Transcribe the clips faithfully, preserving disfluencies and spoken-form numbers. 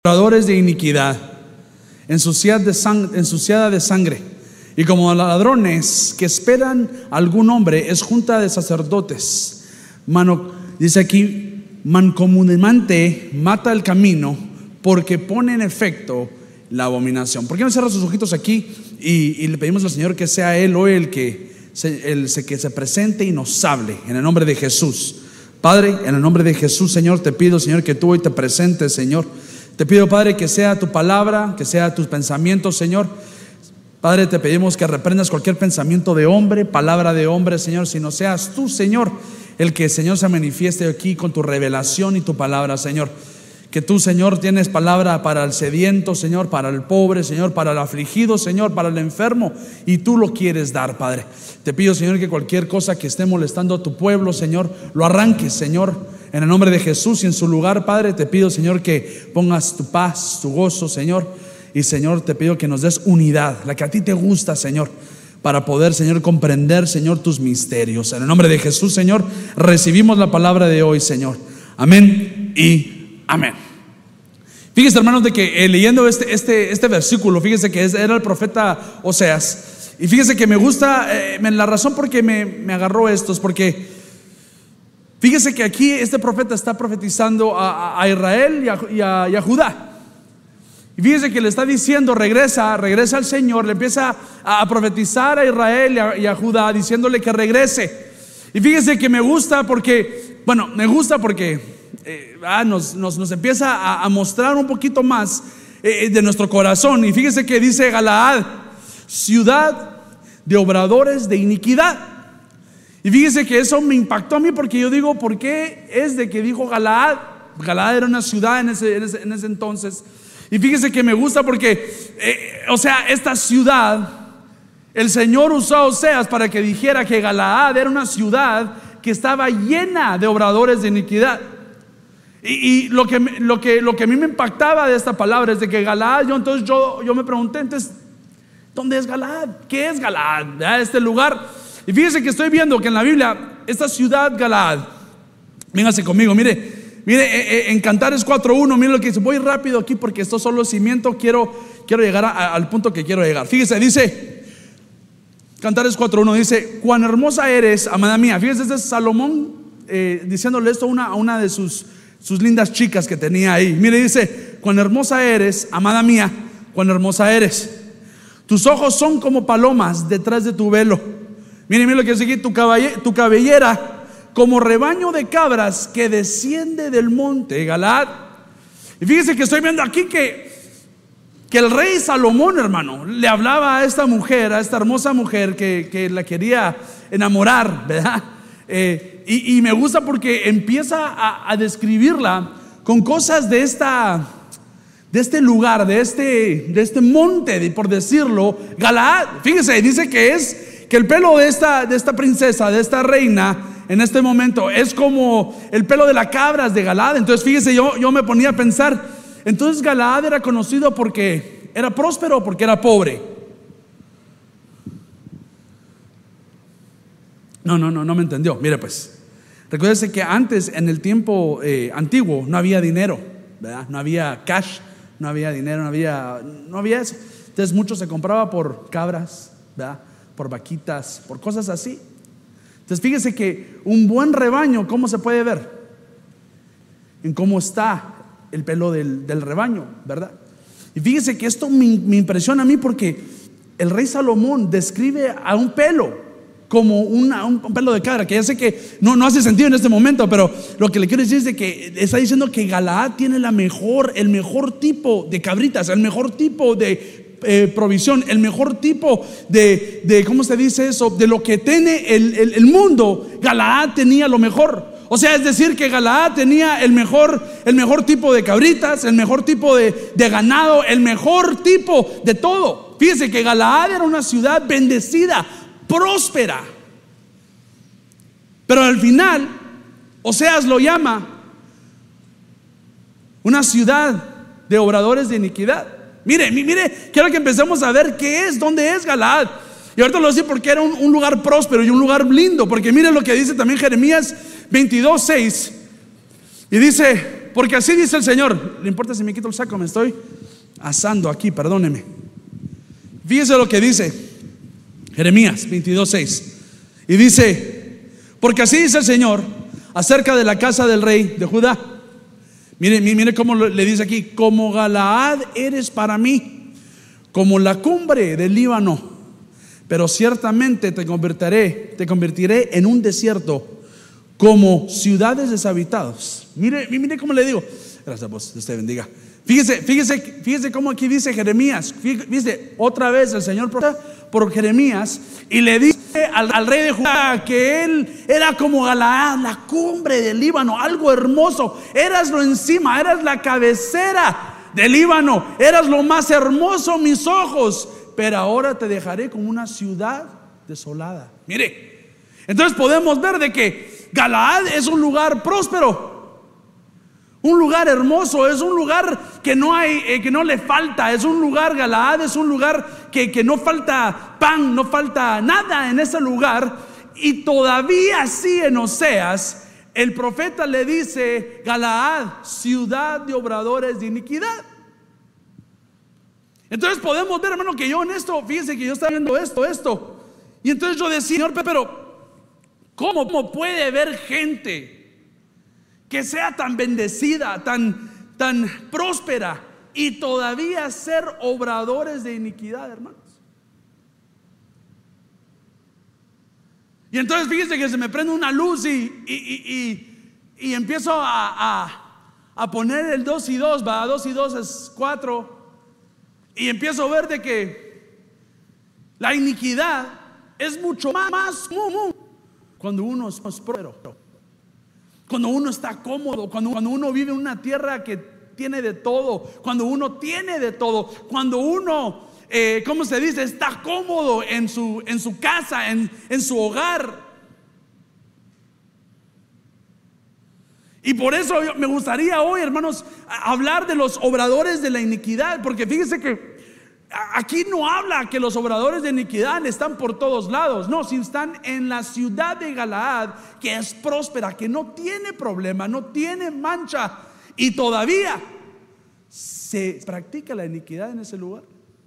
Obradores de iniquidad, ensuciada de, sang- ensuciada de sangre, y como ladrones que esperan algún hombre, es junta de sacerdotes. Mano, dice aquí, mancomunamente mata el camino, porque pone en efecto la abominación. ¿Por qué no cierra sus ojitos aquí y, y le pedimos al Señor que sea Él hoy el que se, el, que se presente y nos hable en el nombre de Jesús? Padre, en el nombre de Jesús, Señor, te pido, Señor, que tú hoy te presentes, Señor. Te pido, Padre, que sea tu palabra, que sea tus pensamientos, Señor. Padre, te pedimos que reprendas cualquier pensamiento de hombre, palabra de hombre, Señor, si no seas tú, Señor, el que, Señor, se manifieste aquí con tu revelación y tu palabra, Señor. Que tú, Señor, tienes palabra para el sediento, Señor, para el pobre, Señor, para el afligido, Señor, para el enfermo, y tú lo quieres dar, Padre. Te pido, Señor, que cualquier cosa que esté molestando a tu pueblo, Señor, lo arranques, Señor, en el nombre de Jesús. Y en su lugar, Padre, te pido, Señor, que pongas tu paz, tu gozo, Señor. Y, Señor, te pido que nos des unidad, la que a ti te gusta, Señor, para poder, Señor, comprender, Señor, tus misterios. En el nombre de Jesús, Señor, recibimos la palabra de hoy, Señor. Amén y amén. Fíjese, hermanos, de que eh, leyendo este, este, este versículo, fíjese que es, era el profeta Oseas. Y fíjese que me gusta, eh, la razón por qué me, me agarró esto es porque fíjese que aquí este profeta está profetizando a, a Israel y a, y, a, y a Judá. Y fíjese que le está diciendo, regresa, regresa al Señor. Le empieza a, a profetizar a Israel y a, y a Judá, diciéndole que regrese. Y fíjese que me gusta porque, bueno, me gusta porque eh, ah, nos, nos, nos empieza a, a mostrar un poquito más eh, de nuestro corazón. Y fíjese que dice Galaad, ciudad de obradores de iniquidad. Y fíjese que eso me impactó a mí, porque yo digo, ¿por qué es de que dijo Galaad? Galaad era una ciudad en ese, en ese, en ese entonces. Y fíjese que me gusta porque, eh, o sea, esta ciudad, el Señor usó a Oseas para que dijera que Galaad era una ciudad que estaba llena de obradores de iniquidad. Y, y lo, que, lo, que, lo que a mí me impactaba de esta palabra es de que Galaad, yo entonces yo, yo me pregunté, entonces, ¿dónde es Galaad? ¿Qué es Galaad? ¿Verdad? Este lugar. Y fíjese que estoy viendo que en la Biblia, esta ciudad Galaad, véngase conmigo, mire. Mire, en Cantares cuatro uno, mire lo que dice. Voy rápido aquí porque esto solo es cimiento. Quiero, quiero llegar a, al punto que quiero llegar. Fíjese, dice Cantares cuatro uno, dice: cuán hermosa eres, amada mía. Fíjese, este es Salomón eh, diciéndole esto a una, a una de sus, sus lindas chicas que tenía ahí. Mire, dice: cuán hermosa eres, amada mía, cuán hermosa eres. Tus ojos son como palomas detrás de tu velo. Mire, mire lo que dice aquí: tu, caballe, tu cabellera como rebaño de cabras que desciende del monte Galaad. Y fíjese que estoy viendo aquí que, que el rey Salomón, hermano, le hablaba a esta mujer, a esta hermosa mujer que, que la quería enamorar, ¿verdad? Eh, y, y me gusta porque empieza a, a describirla con cosas de esta, de este lugar, de este, de este monte, de, por decirlo, Galaad. Fíjese, dice que es que el pelo de esta, de esta princesa, de esta reina, en este momento es como el pelo de las cabras de Galaad. Entonces fíjese, yo, yo me ponía a pensar, entonces Galaad era conocido porque era próspero o porque era pobre. No, no, no, no me entendió. Mire pues, recuérdese que antes, en el tiempo eh, antiguo, no había dinero, ¿verdad? No había cash, no había dinero, no había, no había eso. Entonces mucho se compraba por cabras, ¿verdad? Por vaquitas, por cosas así. Entonces fíjese que un buen rebaño, ¿cómo se puede ver? En cómo está el pelo del, del rebaño, ¿verdad? Y fíjese que esto me, me impresiona a mí porque el rey Salomón describe a un pelo como una, un, un pelo de cabra, que ya sé que no, no hace sentido en este momento, pero lo que le quiero decir es de que está diciendo que Galaad tiene la mejor, el mejor tipo de cabritas, el mejor tipo de Eh, provisión, el mejor tipo de, de, ¿cómo se dice eso? De lo que tiene el, el, el mundo. Galaad tenía lo mejor. O sea, es decir que Galaad tenía el mejor, el mejor tipo de cabritas, el mejor tipo de, de ganado, el mejor tipo de todo. Fíjese que Galaad era una ciudad bendecida, próspera. Pero al final, Oseas lo llama una ciudad de obradores de iniquidad. Mire, mire, quiero que empecemos a ver qué es, dónde es Galaad. Y ahorita lo voy a decir porque era un, un lugar próspero y un lugar lindo. Porque mire lo que dice también Jeremías veintidós seis. Y dice: porque así dice el Señor. ¿Le importa si me quito el saco? Me estoy asando aquí, perdóneme. Fíjese lo que dice Jeremías veintidós seis. Y dice: porque así dice el Señor acerca de la casa del rey de Judá. Mire, mire cómo le dice aquí: como Galaad eres para mí, como la cumbre del Líbano, pero ciertamente te convertiré, te convertiré en un desierto, como ciudades deshabitadas. Mire, mire cómo le digo. Gracias, vos, Dios te bendiga. Fíjese, fíjese, fíjese cómo aquí dice Jeremías. Fíjese, otra vez el Señor por Jeremías, y le dice al, al rey de Judá que él era como Galaad, la cumbre del Líbano, algo hermoso. Eras lo encima, eras la cabecera del Líbano, eras lo más hermoso a mis ojos, pero ahora te dejaré como una ciudad desolada. Mire, entonces podemos ver de que Galaad es un lugar próspero, un lugar hermoso, es un lugar que no hay, eh, que no le falta, es un lugar, Galaad es un lugar que, que no falta pan, no falta nada en ese lugar. Y todavía así en Oseas, el profeta le dice: Galaad, ciudad de obradores de iniquidad. Entonces podemos ver, hermano, que yo en esto, fíjense que yo estaba viendo esto, esto, y entonces yo decía: Señor, pero ¿cómo, cómo puede haber gente que sea tan bendecida, tan, tan próspera, y todavía ser obradores de iniquidad, hermanos? Y entonces fíjense que se me prende una luz y, y, y, y, y empiezo a, a, a poner el dos y dos, va, dos y dos es cuatro, y empiezo a ver de que la iniquidad es mucho más, más común cuando uno es próspero, cuando uno está cómodo, cuando, cuando uno vive en una tierra que tiene de todo, cuando uno tiene de todo, cuando uno, eh, ¿cómo se dice? Está cómodo en su, en su casa, en, en su hogar. Y por eso yo, me gustaría hoy, hermanos, hablar de los obradores de la iniquidad, porque fíjense que aquí no habla que los obradores de iniquidad están por todos lados. No, si están en la ciudad de Galaad, que es próspera, que no tiene problema, no tiene mancha, y todavía se practica la iniquidad en ese lugar.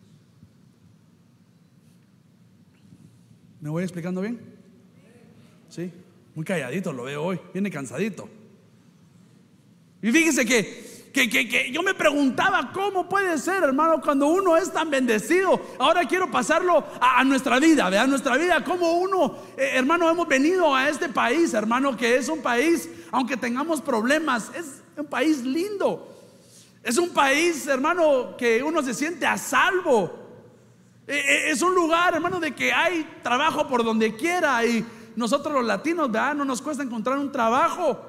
¿Me voy explicando bien? Sí, muy calladito lo veo hoy, viene cansadito. Y fíjese que Que, que, que yo me preguntaba cómo puede ser, hermano, cuando uno es tan bendecido. Ahora quiero pasarlo a, a nuestra vida, ¿verdad? Nuestra vida, como uno, eh, hermano, hemos venido a este país, hermano, que es un país, aunque tengamos problemas, es un país lindo. Es un país, hermano, que uno se siente a salvo. Eh, es un lugar, hermano, de que hay trabajo por donde quiera. Y nosotros los latinos, ¿verdad? No nos cuesta encontrar un trabajo.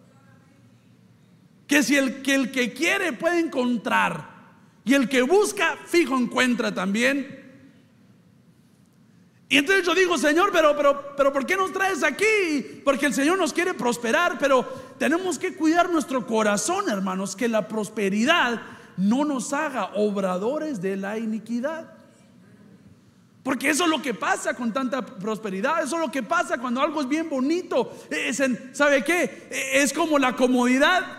Que si el que, el que quiere puede encontrar, y el que busca fijo encuentra también. Y entonces yo digo: Señor, pero, pero, pero ¿por qué nos traes aquí? Porque el Señor nos quiere prosperar, pero tenemos que cuidar nuestro corazón, hermanos, que la prosperidad no nos haga obradores de la iniquidad. Porque eso es lo que pasa con tanta prosperidad. Eso es lo que pasa cuando algo es bien bonito. Es en, ¿sabe qué? Es como la comodidad.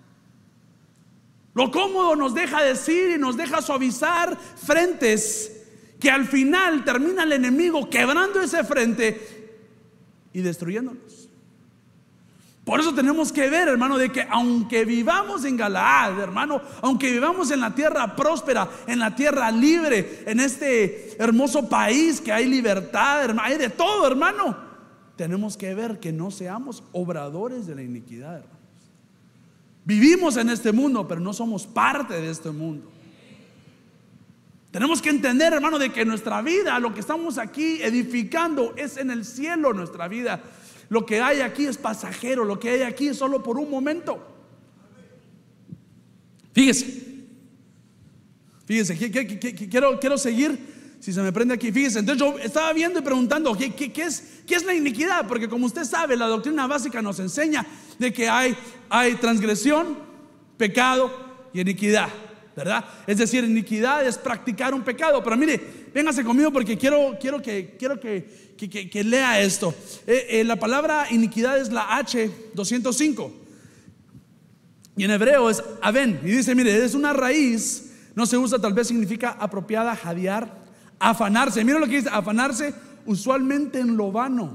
Lo cómodo nos deja decir y nos deja suavizar frentes, que al final termina el enemigo quebrando ese frente y destruyéndonos. Por eso tenemos que ver, hermano, de que aunque vivamos en Galaad, hermano, aunque vivamos en la tierra próspera, en la tierra libre, en este hermoso país que hay libertad, hermano, hay de todo, hermano, tenemos que ver que no seamos obradores de la iniquidad, hermano. Vivimos en este mundo, pero no somos parte de este mundo. Tenemos que entender, hermano, de que nuestra vida, lo que estamos aquí edificando, es en el cielo. Nuestra vida, lo que hay aquí es pasajero, lo que hay aquí es solo por un momento. Fíjese, fíjese, quiero, quiero seguir. Si se me prende aquí, fíjese. Entonces yo estaba viendo y preguntando ¿qué, qué, qué, es, ¿qué es la iniquidad? Porque como usted sabe, la doctrina básica nos enseña de que hay, hay transgresión, pecado y iniquidad, ¿verdad? Es decir, iniquidad es practicar un pecado. Pero mire, véngase conmigo porque quiero, quiero, que, quiero que, que, que, que lea esto. eh, eh, La palabra iniquidad es la H doscientos cinco. Y en hebreo es aven. Y dice, mire, es una raíz, no se usa, tal vez significa apropiada, jadear, afanarse. Mira lo que dice, afanarse usualmente en lo vano,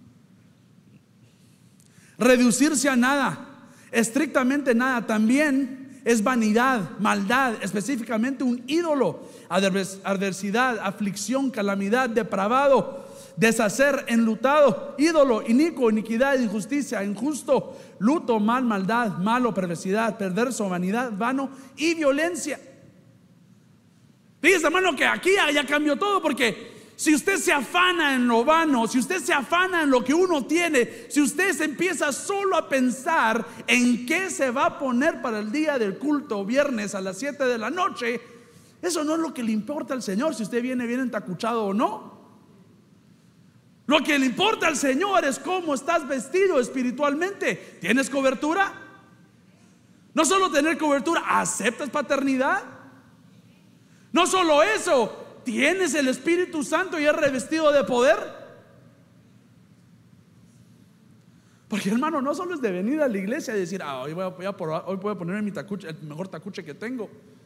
reducirse a nada, estrictamente nada. También es vanidad, maldad, específicamente un ídolo, adversidad, aflicción, calamidad, depravado, deshacer, enlutado, ídolo, inicuo, iniquidad, injusticia, injusto, luto, mal, maldad, malo, perversidad, perverso, vanidad, vano y violencia. Fíjese, hermano, que aquí ya cambió todo, porque si usted se afana en lo vano, si usted se afana en lo que uno tiene, si usted se empieza solo a pensar en qué se va a poner para el día del culto viernes a las siete de la noche, eso no es lo que le importa al Señor, si usted viene bien entacuchado o no. Lo que le importa al Señor es cómo estás vestido espiritualmente. ¿Tienes cobertura? No solo tener cobertura, ¿aceptas paternidad? No solo eso, ¿tienes el Espíritu Santo y es revestido de poder? Porque, hermano, no solo es de venir a la iglesia y decir, ah, hoy voy a, voy a, probar, hoy voy a ponerme mi tacuche, el mejor tacuche que tengo.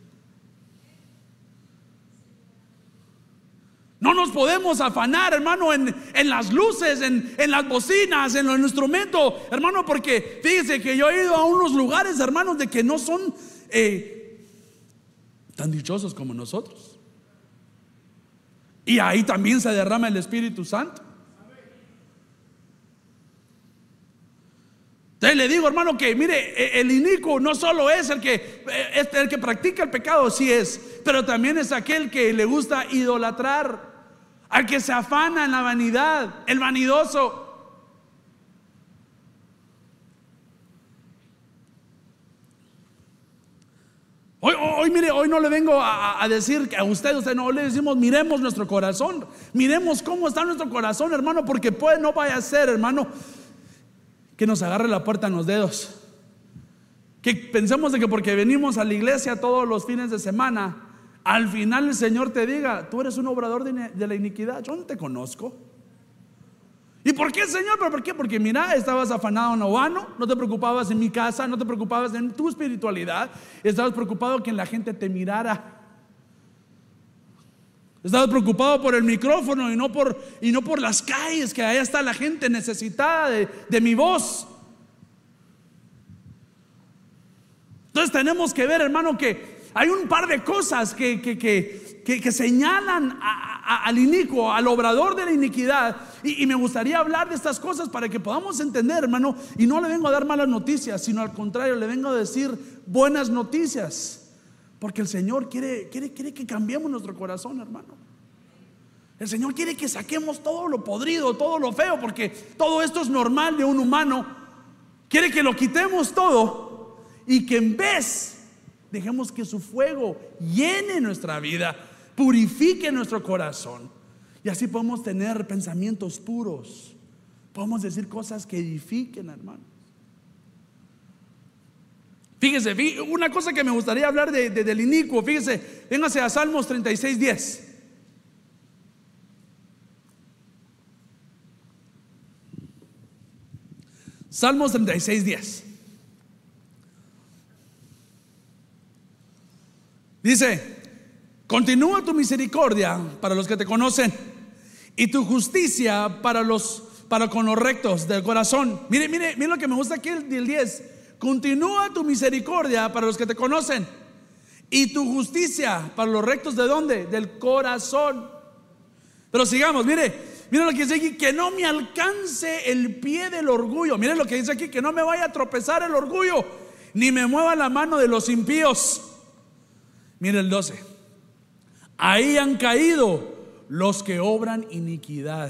No nos podemos afanar, hermano, en, en las luces, en, en las bocinas, en los instrumentos, hermano, porque fíjese que yo he ido a unos lugares, hermanos, de que no son eh, tan dichosos como nosotros. Y ahí también se derrama el Espíritu Santo. Entonces le digo, hermano, que mire, el inicuo no solo es el que, es el que practica el pecado, sí es, pero también es aquel que le gusta idolatrar, al que se afana en la vanidad, el vanidoso. Hoy, hoy, mire, hoy no le vengo a, a decir que a usted, usted no le decimos, miremos nuestro corazón, miremos cómo está nuestro corazón, hermano, porque puede, no vaya a ser, hermano, que nos agarre la puerta en los dedos, que pensemos de que porque venimos a la iglesia todos los fines de semana, al final el Señor te diga, tú eres un obrador de, de la iniquidad, yo no te conozco. ¿Y por qué, Señor? ¿Pero por qué? Porque mira, estabas afanado en lo vano, no te preocupabas en mi casa, no te preocupabas en tu espiritualidad, estabas preocupado que la gente te mirara, estabas preocupado por el micrófono y no por, y no por las calles, que allá está la gente necesitada de, de mi voz. Entonces tenemos que ver, hermano, que hay un par de cosas que, que, que, que, que señalan a, a, al inicuo, al obrador de la iniquidad. Y, y me gustaría hablar de estas cosas para que podamos entender, hermano. Y no le vengo a dar malas noticias, sino al contrario, le vengo a decir buenas noticias. Porque el Señor quiere, quiere, quiere que cambiemos nuestro corazón, hermano. El Señor quiere que saquemos todo lo podrido, todo lo feo, porque todo esto es normal de un humano. Quiere que lo quitemos todo y que en vez dejemos que su fuego llene nuestra vida, purifique nuestro corazón, y así podemos tener pensamientos puros, podemos decir cosas que edifiquen, hermano. Fíjese, una cosa que me gustaría hablar de, de, del inicuo, fíjese, véngase a Salmos treinta y seis, diez. Salmos treinta y seis, diez. Dice, continúa tu misericordia para los que te conocen y tu justicia para los para con los rectos del corazón. Mire, mire, mire lo que me gusta aquí el diez. Continúa tu misericordia para los que te conocen y tu justicia para los rectos, ¿de dónde? Del corazón. Pero sigamos, mire, mire lo que dice aquí, que no me alcance el pie del orgullo. Mire lo que dice aquí, que no me vaya a tropezar el orgullo, ni me mueva la mano de los impíos. Mire el doce. Ahí han caído los que obran iniquidad,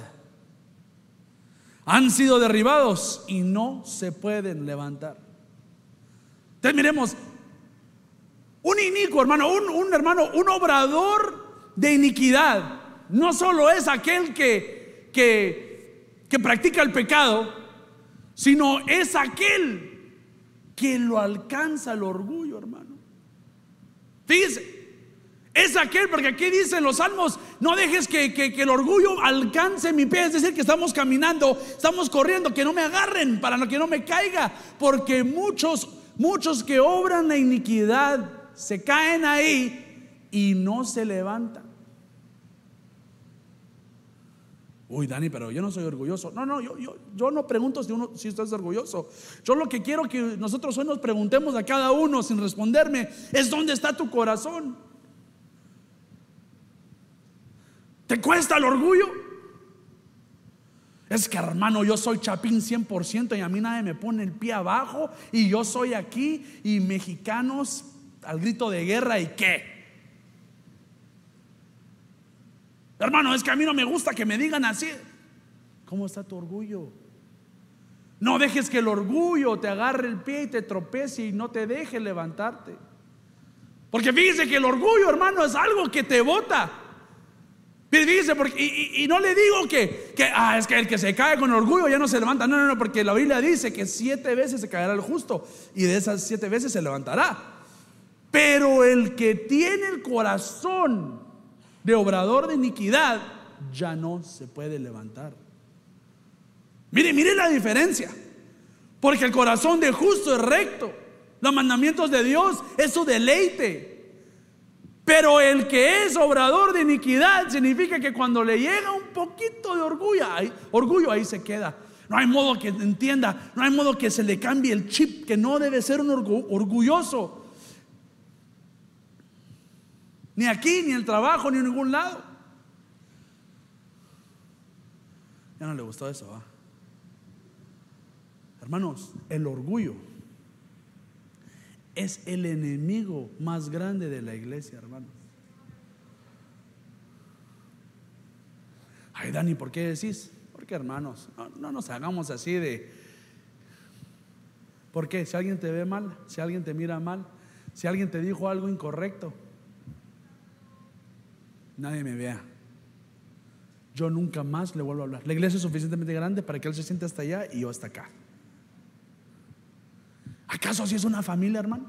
han sido derribados y no se pueden levantar. Entonces miremos, un inicuo, hermano, un, un hermano, un obrador de iniquidad, no solo es aquel que, que, que practica el pecado, sino es aquel que lo alcanza el orgullo, hermano. Fíjese, es aquel, porque aquí dicen los salmos, no dejes que, que, que el orgullo alcance mi pie. Es decir, que estamos caminando, estamos corriendo, que no me agarren, para que no me caiga, porque muchos muchos que obran la iniquidad se caen ahí y no se levantan. Uy, Dani, pero yo no soy orgulloso. No, no, yo, yo, yo no pregunto si, uno, si usted es orgulloso. Yo lo que quiero que nosotros hoy nos preguntemos a cada uno sin responderme es: ¿dónde está tu corazón? ¿Te cuesta el orgullo? Es que, hermano, yo soy chapín cien por ciento y a mí nadie me pone el pie abajo, y yo soy aquí y mexicanos al grito de guerra, ¿y qué? Hermano, es que a mí no me gusta que me digan así. ¿Cómo está tu orgullo? No dejes que el orgullo te agarre el pie y te tropece y no te deje levantarte. Porque fíjese que el orgullo, hermano, es algo que te bota. Fíjese, porque, y, y, y no le digo que, que ah, es que el que se cae con orgullo ya no se levanta. No, no, no, porque la Biblia dice que siete veces se caerá el justo y de esas siete veces se levantará. Pero el que tiene el corazón de obrador de iniquidad ya no se puede levantar. Mire, mire la diferencia. Porque el corazón de justo es recto, los mandamientos de Dios es su deleite. Pero el que es obrador de iniquidad significa que cuando le llega un poquito de orgullo, ahí, orgullo, ahí se queda. No hay modo que entienda, no hay modo que se le cambie el chip, que no debe ser un orgulloso. Ni aquí, ni en el trabajo, ni en ningún lado. Ya no le gustó eso, ¿va? Hermanos, el orgullo es el enemigo más grande de la iglesia, hermanos. Ay, Dani, ¿por qué decís? Porque, hermanos, no, no nos hagamos así de... ¿Por qué? Si alguien te ve mal, si alguien te mira mal, si alguien te dijo algo incorrecto, nadie me vea, yo nunca más le vuelvo a hablar. La iglesia es suficientemente grande para que él se siente hasta allá y yo hasta acá. ¿Acaso así es una familia, hermanos?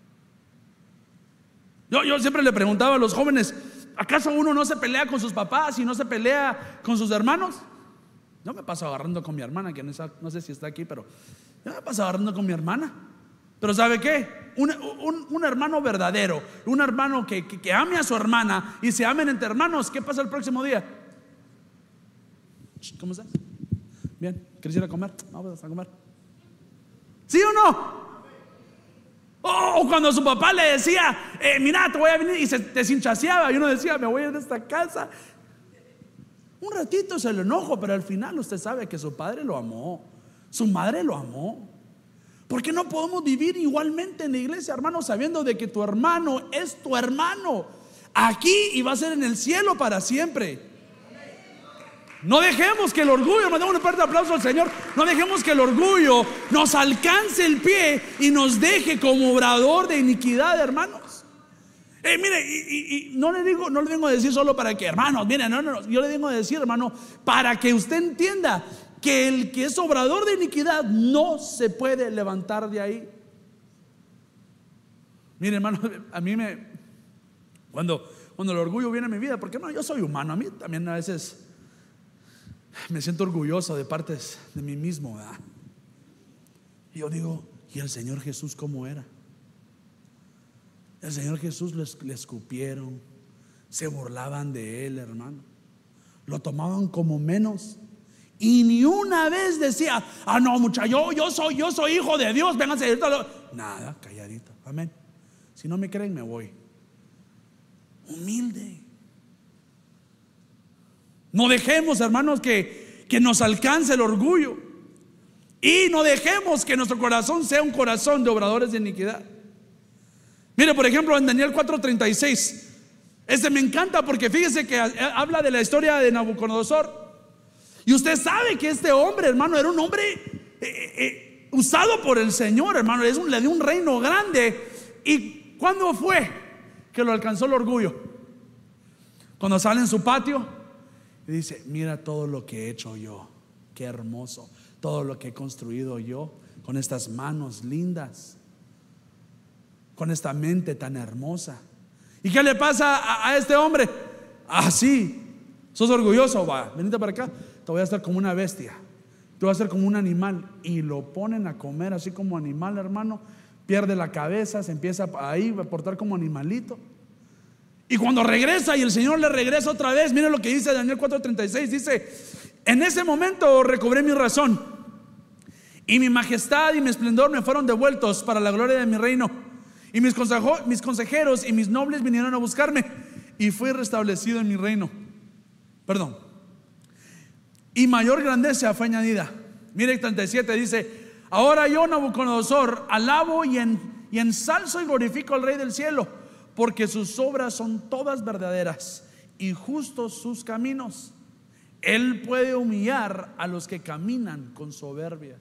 Yo, yo siempre le preguntaba a los jóvenes: ¿acaso uno no se pelea con sus papás y no se pelea con sus hermanos? Yo me paso agarrando con mi hermana, que no, no sé si está aquí, pero yo me paso agarrando con mi hermana. Pero ¿sabe qué? Un, un, un hermano verdadero, un hermano que, que, que ame a su hermana y se amen entre hermanos, ¿qué pasa el próximo día? ¿Cómo estás? Bien, ¿quieres ir a comer? Vamos a comer. ¿Sí o no? O cuando su papá le decía: eh, mira, te voy a venir, y se deshinchaseaba, y uno decía: me voy a ir de esta casa. Un ratito se le enojó, pero al final usted sabe que su padre lo amó, su madre lo amó. ¿Por qué no podemos vivir igualmente en la iglesia, hermano, sabiendo de que tu hermano es tu hermano aquí y va a ser en el cielo para siempre? No dejemos que el orgullo, nos demos un fuerte aplauso al Señor, no dejemos que el orgullo nos alcance el pie y nos deje como obrador de iniquidad, hermanos. Eh, mire, y, y, y no le digo, no le vengo a decir solo para que, hermanos, miren, no, no, no, yo le vengo a decir, hermano, para que usted entienda que el que es obrador de iniquidad no se puede levantar de ahí. Mire, hermano, a mí me, cuando, cuando el orgullo viene a mi vida, porque no, yo soy humano, a mí también a veces me siento orgulloso de partes de mí mismo, ¿verdad? Y yo digo: ¿y el Señor Jesús cómo era? El Señor Jesús le escupieron, se burlaban de él, hermano, lo tomaban como menos, y ni una vez decía: ah, no, muchacho, yo, yo soy, yo soy hijo de Dios, vénganse a decir. Nada, calladito, amén. Si no me creen, me voy. Humilde. No dejemos, hermanos, que, que nos alcance el orgullo, y no dejemos que nuestro corazón sea un corazón de obradores de iniquidad. Mire, por ejemplo, en Daniel cuatro treinta y seis, este me encanta porque fíjese que habla de la historia de Nabucodonosor. Y usted sabe que este hombre, hermano, era un hombre eh, eh, usado por el Señor, hermano. Es un, le dio un reino grande. ¿Y cuándo fue que lo alcanzó el orgullo? Cuando sale en su patio y dice: mira todo lo que he hecho yo, qué hermoso, todo lo que he construido yo con estas manos lindas, con esta mente tan hermosa. ¿Y qué le pasa a, a este hombre? Ah, sí, sos orgulloso, va, venite para acá, te voy a hacer como una bestia, te voy a hacer como un animal. Y lo ponen a comer así como animal, hermano, pierde la cabeza, se empieza ahí a portar como animalito. Y cuando regresa y el Señor le regresa otra vez, miren lo que dice Daniel cuatro treinta y seis, dice: en ese momento recobré mi razón, y mi majestad y mi esplendor me fueron devueltos para la gloria de mi reino. Y mis, consejo, mis consejeros y mis nobles vinieron a buscarme, y fui restablecido en mi reino. Perdón. Y mayor grandeza fue añadida. Mire treinta y siete, dice: ahora yo, Nabucodonosor, alabo y, en, y ensalzo y glorifico al Rey del cielo, porque sus obras son todas verdaderas y justos sus caminos. Él puede humillar a los que caminan con soberbia.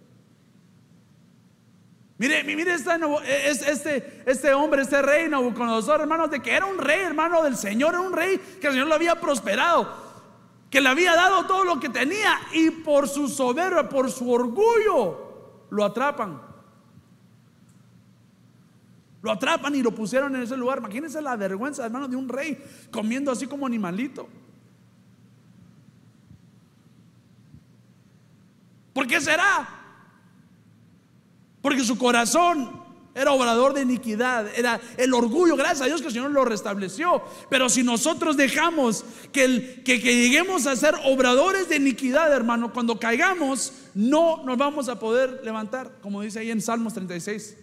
Mire, mire este, este, este hombre, este rey Nabucodonosor, hermanos, de que era un rey, hermano del Señor, era un rey que el Señor lo había prosperado, que le había dado todo lo que tenía, y por su soberbia, por su orgullo, lo atrapan. Lo atrapan y lo pusieron en ese lugar. Imagínense la vergüenza, hermano, de un rey comiendo así como animalito. ¿Por qué será? Porque su corazón era obrador de iniquidad, era el orgullo. Gracias a Dios que el Señor lo restableció. Pero si nosotros dejamos que, el, que, que lleguemos a ser obradores de iniquidad, hermano, cuando caigamos no nos vamos a poder levantar, como dice ahí en Salmos treinta y seis.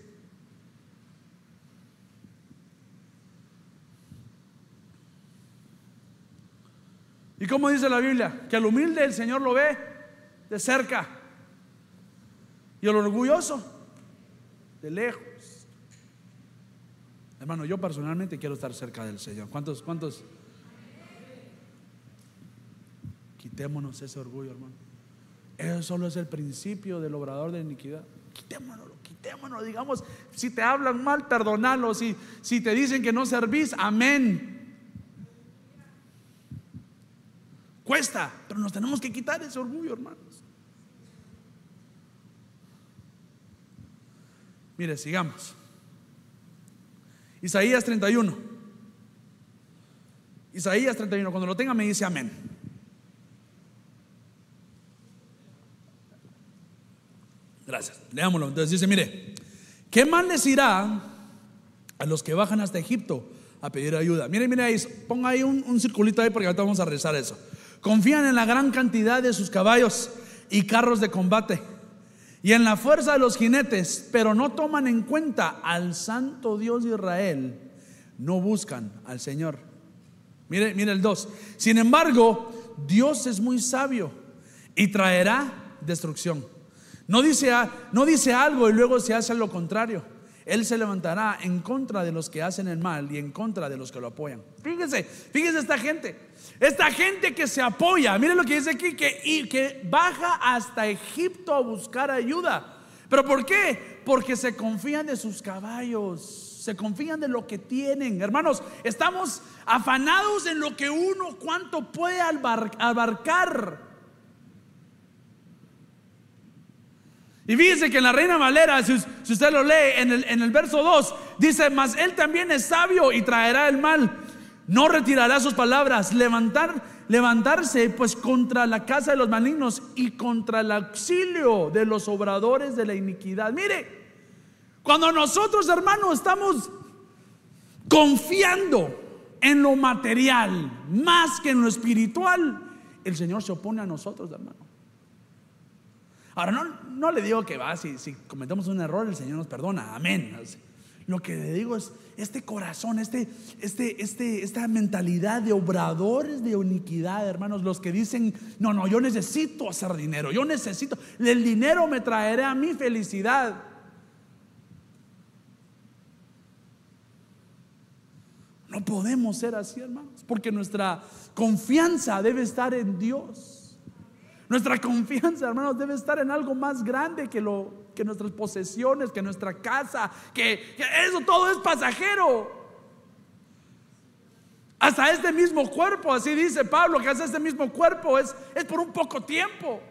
¿Y cómo dice la Biblia? Que al humilde el Señor lo ve de cerca, y al orgulloso de lejos. Hermano, yo personalmente quiero estar cerca del Señor. ¿Cuántos? ¿Cuántos? Quitémonos ese orgullo, hermano. Eso solo es el principio del obrador de iniquidad. Quitémonos, quitémonos. Digamos, si te hablan mal, perdonalo. Si, si te dicen que no servís, amén. Cuesta, pero nos tenemos que quitar ese orgullo, hermanos. Mire, sigamos. Isaías treinta y uno. Isaías treinta y uno, cuando lo tenga me dice amén. Gracias, leámoslo. Entonces dice, mire: ¿qué mal les irá a los que bajan hasta Egipto a pedir ayuda? Mire, mire ahí, ponga ahí un, un circulito ahí, porque ahorita vamos a rezar eso. Confían en la gran cantidad de sus caballos y carros de combate, y en la fuerza de los jinetes, pero no toman en cuenta al Santo Dios de Israel, no buscan al Señor. Mire, mire el dos. Sin embargo, Dios es muy sabio y traerá destrucción. No dice, no dice algo y luego se hace lo contrario. Él se levantará en contra de los que hacen el mal y en contra de los que lo apoyan. Fíjese, fíjese esta gente. Esta gente que se apoya, miren lo que dice aquí, que, y que baja hasta Egipto a buscar ayuda. ¿Pero por qué? Porque se confían de sus caballos, se confían de lo que tienen. Hermanos, estamos afanados en lo que uno cuánto puede abarcar. Y fíjense que en la Reina Valera, si, si usted lo lee en el, en el verso dos, dice: mas él también es sabio y traerá el mal, no retirará sus palabras. Levantar, levantarse pues contra la casa de los malignos y contra el auxilio de los obradores de la iniquidad. Mire, cuando nosotros, hermanos, estamos confiando en lo material más que en lo espiritual, el Señor se opone a nosotros, hermano. Ahora, no, no le digo que va, si, si cometemos un error, el Señor nos perdona, amén. Lo que le digo es este corazón, este, este, este, esta mentalidad de obradores de iniquidad, hermanos, los que dicen: no, no, yo necesito hacer dinero, yo necesito, el dinero me traerá a mi felicidad. No podemos ser así, hermanos, porque nuestra confianza debe estar en Dios. Nuestra confianza, hermanos, debe estar en algo más grande que, lo, que nuestras posesiones, que nuestra casa, que, que eso todo es pasajero. Hasta este mismo cuerpo, así dice Pablo, que hasta este mismo cuerpo es, es por un poco tiempo.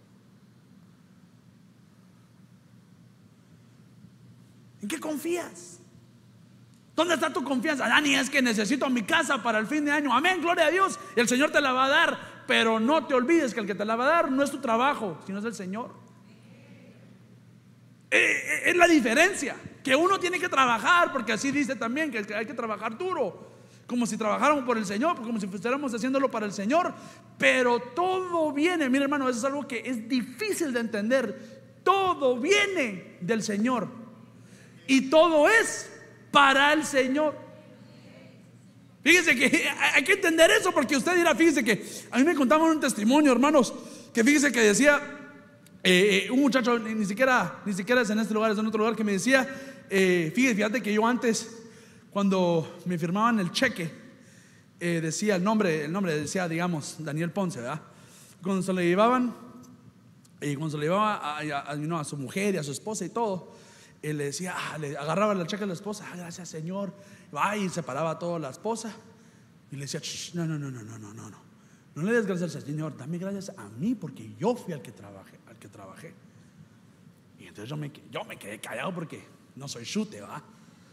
¿En qué confías? ¿Dónde está tu confianza? Dani, es que necesito mi casa para el fin de año. Amén, gloria a Dios. Y el Señor te la va a dar. Pero no te olvides que el que te la va a dar no es tu trabajo, sino es el Señor. Es la diferencia. que uno tiene que trabajar, porque así dice también que hay que trabajar duro, como si trabajáramos por el Señor, como si estuviéramos haciéndolo para el Señor. Pero todo viene, mire hermano, eso es algo que es difícil de entender. Todo viene del Señor y todo es para el Señor. Fíjese que hay que entender eso, porque usted dirá, fíjese que a mí me contaban un testimonio, hermanos, que fíjese que decía eh, un muchacho, ni siquiera Ni siquiera es en este lugar, es en otro lugar, que me decía, eh, fíjate, fíjate que yo antes, cuando me firmaban el cheque, eh, decía el nombre, el nombre decía, digamos, Daniel Ponce, ¿verdad? Cuando se le llevaban, y cuando se le llevaba a, a, a, no, a su mujer y a su esposa y todo, él le decía, ah, le agarraba el cheque a la esposa, ah, gracias Señor, va y separaba a toda la esposa y le decía, no, no, no, no, no, no, no, no, no le des gracias al Señor, dame gracias a mí, porque yo fui al que trabajé, al que trabajé. Y entonces yo me, yo me quedé callado porque no soy chute, ¿va?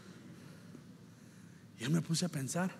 Y yo me puse a pensar,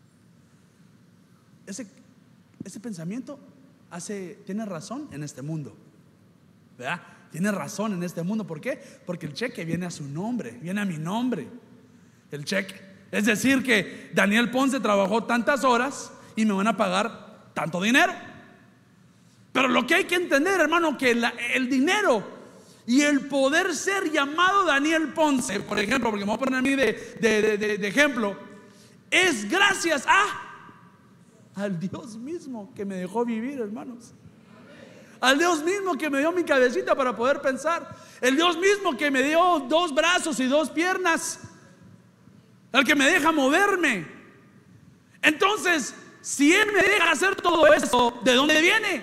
ese, ese pensamiento hace, tiene razón en este mundo, ¿verdad? Tiene razón en este mundo. ¿Por qué? Porque el cheque viene a su nombre, viene a mi nombre, el cheque. Es decir que Daniel Ponce trabajó tantas horas y me van a pagar tanto dinero. Pero lo que hay que entender, hermano, que la, el dinero y el poder ser llamado Daniel Ponce, por ejemplo, porque me voy a poner a mí de, de, de, de ejemplo, es gracias a al Dios mismo que me dejó vivir, hermanos. Al Dios mismo que me dio mi cabecita para poder pensar. El Dios mismo que me dio dos brazos y dos piernas. El que me deja moverme. Entonces, si Él me deja hacer todo eso, ¿de dónde viene?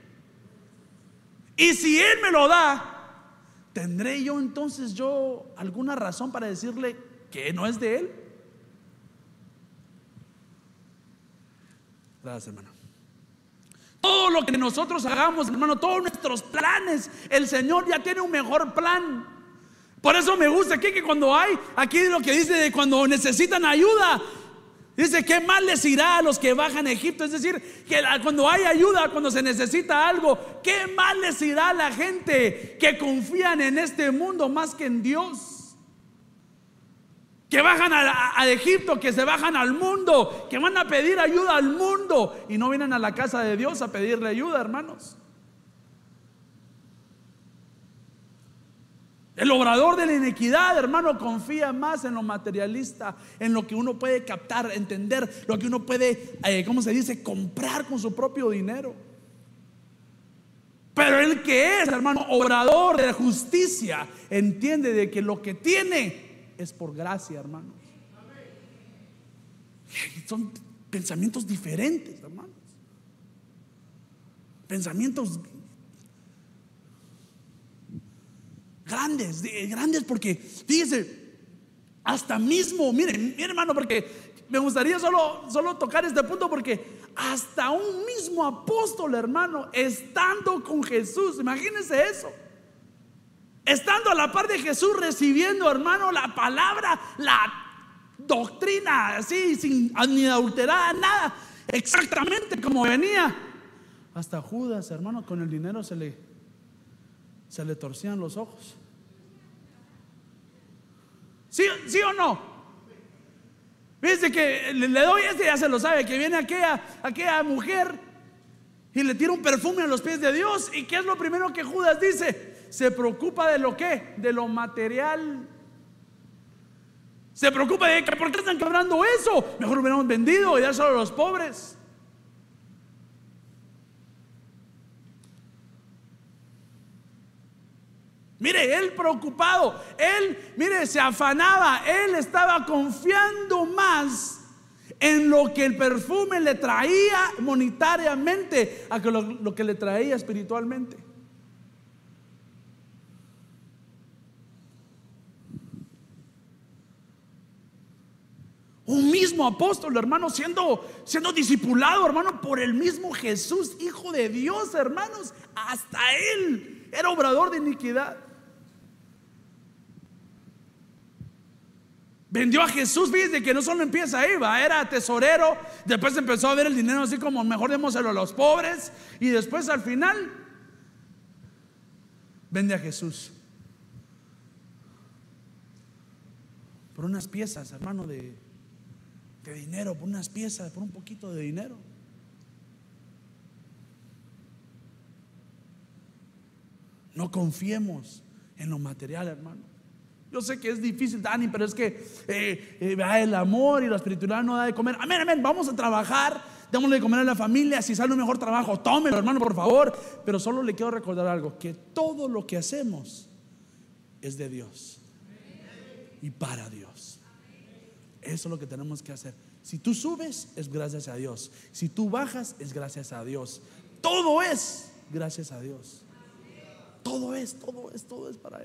Y si Él me lo da, ¿tendré yo entonces yo alguna razón para decirle que no es de Él? Gracias, hermano. Todo lo que nosotros hagamos, hermano, todos nuestros planes, el Señor ya tiene un mejor plan. Por eso me gusta aquí que cuando hay, aquí lo que dice de cuando necesitan ayuda, dice que mal les irá a los que bajan a Egipto. Es decir, que cuando hay ayuda, cuando se necesita algo, qué mal les irá a la gente que confían en este mundo más que en Dios, que bajan a, a Egipto, que se bajan al mundo, que van a pedir ayuda al mundo y no vienen a la casa de Dios a pedirle ayuda, hermanos. El obrador de la iniquidad, hermano, confía más en lo materialista, en lo que uno puede captar, entender, lo que uno puede, eh, ¿cómo se dice?, comprar con su propio dinero. Pero el que es, hermano, obrador de la justicia, entiende de que lo que tiene es por gracia, hermanos. Son pensamientos diferentes, hermanos. Pensamientos grandes, grandes, porque fíjese, hasta mismo, miren, miren, hermano, porque me gustaría solo, solo tocar este punto, porque hasta un mismo apóstol, hermano, estando con Jesús, imagínense eso. Estando a la par de Jesús, recibiendo, hermano, la palabra, la doctrina, así, sin ni adulterada, nada, exactamente como venía. Hasta Judas, hermano, con el dinero se le, se le torcían los ojos. ¿Sí, sí o no? Fíjense que le, le doy este, ya se lo sabe, que viene aquella, aquella mujer y le tira un perfume a los pies de Dios. ¿Y qué es lo primero que Judas dice? Se preocupa de lo que, de lo material. Se preocupa de que, ¿por qué están quebrando eso? Mejor lo hubiéramos vendido y dárselo a los pobres. Mire, él preocupado, él, mire, se afanaba, él estaba confiando más en lo que el perfume le traía monetariamente a que lo, lo que le traía espiritualmente. Un mismo apóstol, hermano, siendo, siendo discipulado, hermano, por el mismo Jesús, Hijo de Dios, hermanos. Hasta él era obrador de iniquidad. Vendió a Jesús, fíjense que no solo empieza ahí, va, era tesorero. Después empezó a ver el dinero así como mejor démoselo a los pobres. Y después al final vende a Jesús. por unas piezas, hermano, de, de dinero, por unas piezas, por un poquito de dinero. No confiemos en lo material, hermano. Yo sé que es difícil, Dani, pero es que eh, eh, el amor y la espiritualidad no da de comer. Amén, amén, vamos a trabajar, démosle de comer a la familia. Si sale un mejor trabajo, tómelo, hermano, por favor. Pero solo le quiero recordar algo, que todo lo que hacemos es de Dios y para Dios. Eso es lo que tenemos que hacer. Si tú subes, es gracias a Dios. Si tú bajas, es gracias a Dios. Todo es gracias a Dios. Todo es, todo es, todo es para Él.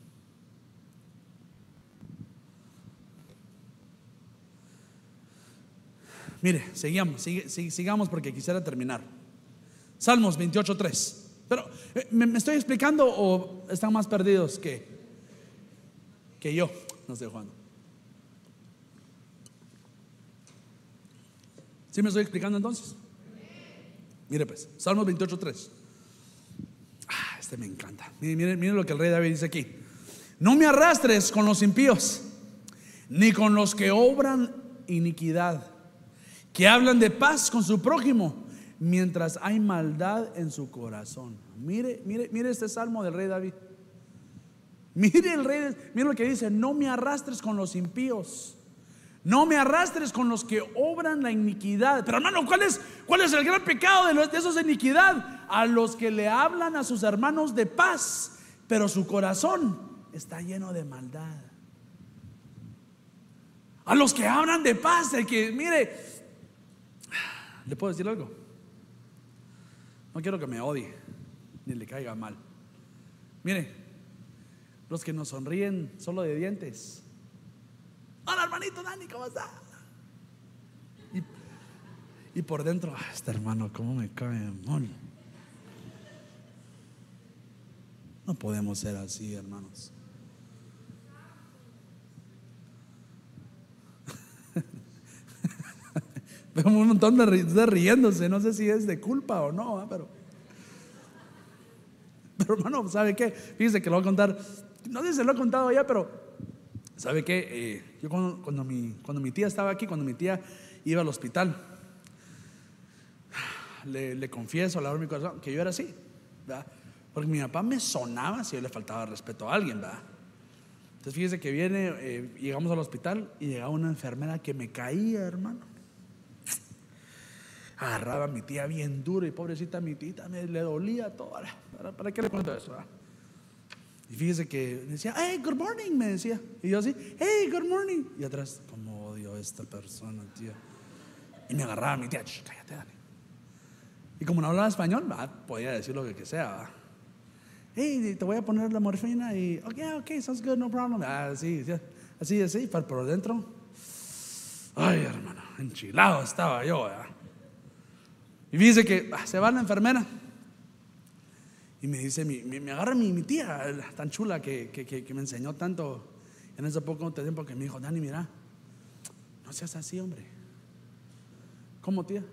Mire, sigamos, sigue, sigue, sigamos porque quisiera terminar. Salmos veintiocho tres. Pero, ¿me, me estoy explicando o están más perdidos que, que yo? No estoy jugando. ¿Sí me estoy explicando entonces? Mire pues, Salmos veintiocho tres. Ah, este me encanta. Mire, mire, mire lo que el rey David dice aquí. No me arrastres con los impíos, ni con los que obran iniquidad, que hablan de paz con su prójimo, mientras hay maldad en su corazón. Mire, mire, mire este salmo del rey David. Mire el rey, mire lo que dice: no me arrastres con los impíos, no me arrastres con los que obran la iniquidad. Pero hermano, ¿cuál es, cuál es el gran pecado de, los, de esos de iniquidad? A los que le hablan a sus hermanos de paz, pero su corazón está lleno de maldad. A los que hablan de paz, el que, mire, ¿le puedo decir algo? No quiero que me odie ni le caiga mal. Mire, los que nos sonríen solo de dientes. Hola hermanito Dani, ¿cómo está? Y, y por dentro, ah, este hermano, ¿cómo me cae mal? No podemos ser así, hermanos. Veo un montón de, ri de riéndose. No sé si es de culpa o no, ¿eh? pero Pero hermano, ¿sabe qué? Fíjese que lo voy a contar. No sé si se lo he contado ya, pero ¿sabe qué? Eh, yo cuando, cuando, mi, cuando mi tía estaba aquí, cuando mi tía iba al hospital, le, le confieso a la hora de mi corazón que yo era así, ¿verdad? Porque mi papá me sonaba si yo le faltaba respeto a alguien, ¿verdad? Entonces fíjese que viene, eh, llegamos al hospital y llegaba una enfermera que me caía, hermano. Agarraba a mi tía bien duro y pobrecita mi tita me le dolía todo. ¿Para, para qué le cuento eso? ¿verdad? Y fíjese que decía, hey, good morning, me decía. Y yo así, hey, good morning. Y atrás, como odio a esta persona, tío. Y me agarraba a mi tía, cállate, Dani. Y como no hablaba español, ¿verdad? Podía decir lo que, que sea, ¿verdad? Hey, te voy a poner la morfina. Y, ok, ok, sounds good, no problem. Así, así, así, para por dentro. Ay, hermano, enchilado estaba yo, ¿verdad? Y fíjese que ah, se va la enfermera y me dice, mi, mi, me agarra mi, mi tía, tan chula que, que, que, que me enseñó tanto en ese poco tiempo, que me dijo, Dani, mira, no seas así, hombre. ¿Cómo, tía?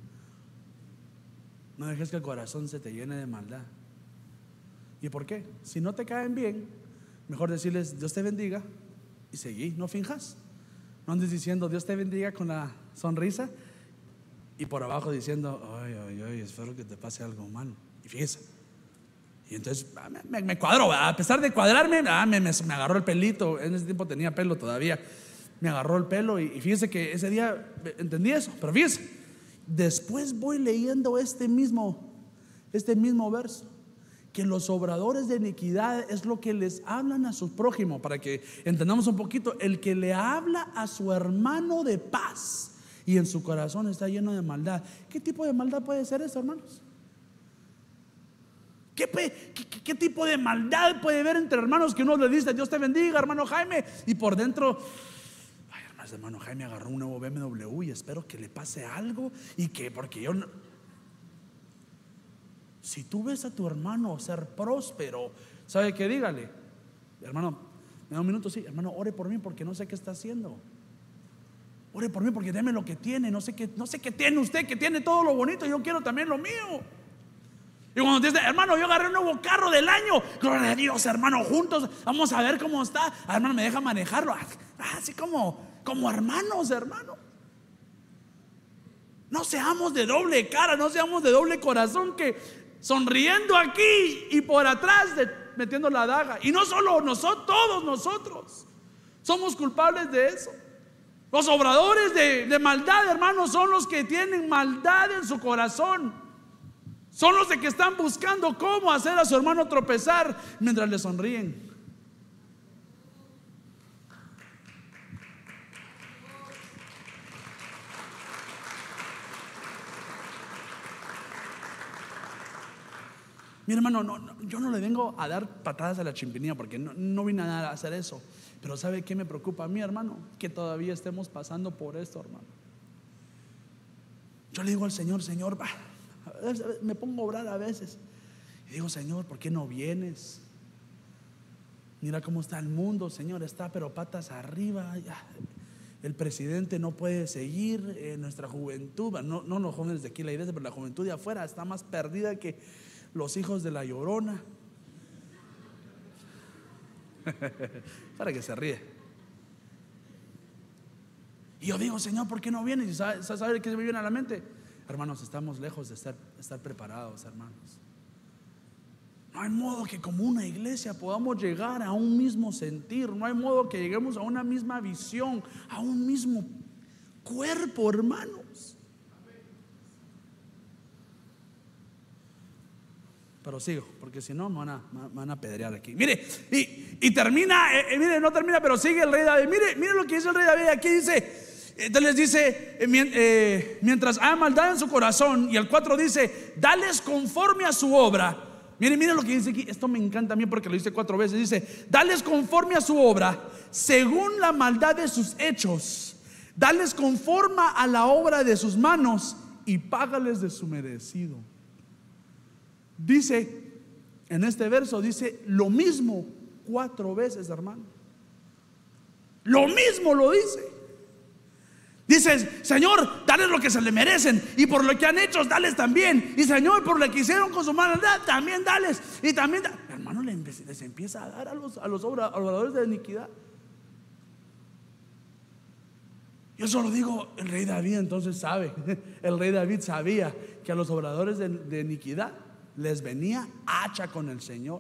No dejes que el corazón se te llene de maldad. ¿Y por qué? Si no te caen bien, mejor decirles, Dios te bendiga y seguí, no finjas. No andes diciendo, Dios te bendiga con la sonrisa y por abajo diciendo, ay, ay, ay, espero que te pase algo malo. Y fíjese. Y entonces me, me, me cuadró, a pesar de cuadrarme, ah, me, me, me agarró el pelito. En ese tiempo tenía pelo todavía. Me agarró el pelo y, y fíjese que ese día entendí eso. Pero fíjese, después voy leyendo este mismo, este mismo verso, que los obradores de iniquidad es lo que les hablan a su prójimo. Para que entendamos un poquito, el que le habla a su hermano de paz y en su corazón está lleno de maldad. ¿Qué tipo de maldad puede ser eso, hermanos? ¿Qué, qué, qué tipo de maldad puede haber entre hermanos que uno le dice, Dios te bendiga, hermano Jaime, y por dentro, ay, hermano, hermano Jaime agarró un nuevo B M W y espero que le pase algo y que, porque yo no. Si tú ves a tu hermano ser próspero, ¿sabe qué? Dígale, hermano, me da un minuto, sí, hermano, ore por mí porque no sé qué está haciendo. Ore por mí porque deme lo que tiene. No sé qué, no sé qué tiene usted, que tiene todo lo bonito. Yo quiero también lo mío. Y cuando te dice, hermano, yo agarré un nuevo carro del año, gloria a Dios, hermano, juntos vamos a ver cómo está. Ah, hermano, me deja manejarlo. así como, como hermanos, hermano. No seamos de doble cara, no seamos de doble corazón, que sonriendo aquí y por atrás de, metiendo la daga. Y no solo nosotros, todos nosotros somos culpables de eso. Los obradores de, de maldad, hermanos, son los que tienen maldad en su corazón. Son los de que están buscando cómo hacer a su hermano tropezar mientras le sonríen. Mi hermano, no, no, yo no le vengo a dar patadas a la chimpinilla, porque no, no vine a hacer eso. Pero ¿sabe qué me preocupa a mí, hermano? Que todavía estemos pasando por esto, hermano. Yo le digo al Señor, Señor, bah, a veces, a veces, me pongo a orar a veces y digo, Señor, ¿por qué no vienes? Mira cómo está el mundo, Señor, está pero patas arriba. Ya. El presidente no puede seguir, eh, nuestra juventud, no, no los jóvenes de aquí en la iglesia, pero la juventud de afuera está más perdida que los hijos de la Llorona. Para que se ríe. Y yo digo, Señor, ¿por qué no vienes? ¿Y sabes sabe qué se me viene a la mente? Hermanos, estamos lejos de estar, estar preparados, hermanos. No hay modo que como una iglesia podamos llegar a un mismo sentir. No hay modo que lleguemos a una misma visión, a un mismo cuerpo, hermanos. Pero sigo, porque si no me van a, me van a apedrear aquí. Mire, y, y termina, eh, mire, no termina, pero sigue el rey David. Mire, mire lo que dice el rey David. Aquí dice, entonces les dice, eh, eh, mientras hay maldad en su corazón. Y el cuatro dice, dales conforme a su obra. Mire, mire lo que dice aquí. Esto me encanta a mí porque lo dice cuatro veces. Dice, dales conforme a su obra, según la maldad de sus hechos. Dales conforme a la obra de sus manos, y págales de su merecido. Dice, en este verso dice lo mismo cuatro veces, hermano. Lo mismo lo dice. Dice, Señor, dales lo que se le merecen, y por lo que han hecho, dales también. Y Señor, por lo que hicieron con su maldad, también dales. Y también, da... hermano, les empieza a dar a los, a los obradores de iniquidad. Yo solo digo, el rey David entonces sabe. El rey David sabía que a los obradores de, de iniquidad les venía hacha con el Señor.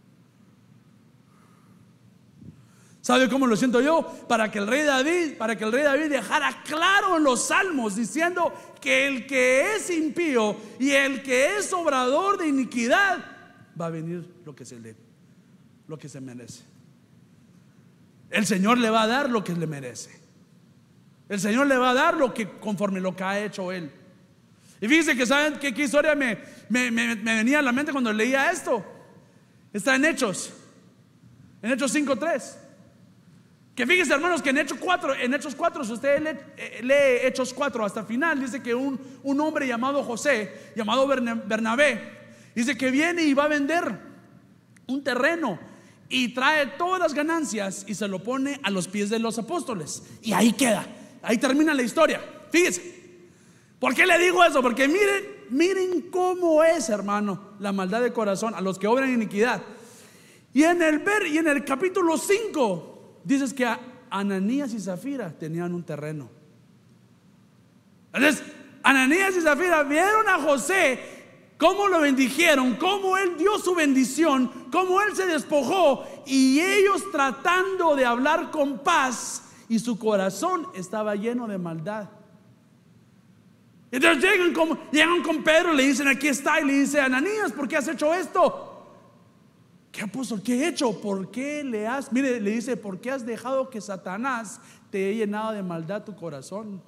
¿Sabe cómo lo siento yo? Para que el rey David, para que el rey David dejara claro en los salmos, diciendo que el que es impío y el que es obrador de iniquidad, va a venir lo que se le, lo que se merece. El Señor le va a dar lo que le merece. El Señor le va a dar lo que conforme lo que ha hecho él. Y fíjense que saben qué, qué historia me, me, me, me venía a la mente cuando leía esto. Está en Hechos, en Hechos cinco tres. Que fíjense, hermanos, que en Hechos cuatro, en Hechos cuatro, si usted lee, lee Hechos cuatro hasta el final, dice que un, un hombre llamado José, llamado Bernabé, dice que viene y va a vender un terreno y trae todas las ganancias y se lo pone a los pies de los apóstoles. Y ahí queda, ahí termina la historia. Fíjense. ¿Por qué le digo eso? Porque miren, miren cómo es, hermano, la maldad de corazón a los que obran iniquidad. Y en el ver, y en el capítulo cinco dices que Ananías y Zafira tenían un terreno. Entonces, Ananías y Zafira vieron a José cómo lo bendijeron, cómo él dio su bendición, cómo él se despojó, y ellos tratando de hablar con paz, y su corazón estaba lleno de maldad. Entonces llegan con, llegan con Pedro, le dicen, aquí está, y le dice, Ananías, ¿por qué has hecho esto? ¿Qué apóstol? ¿Qué he hecho? ¿Por qué le has, mire, le dice, ¿por qué has dejado que Satanás te haya llenado de maldad tu corazón?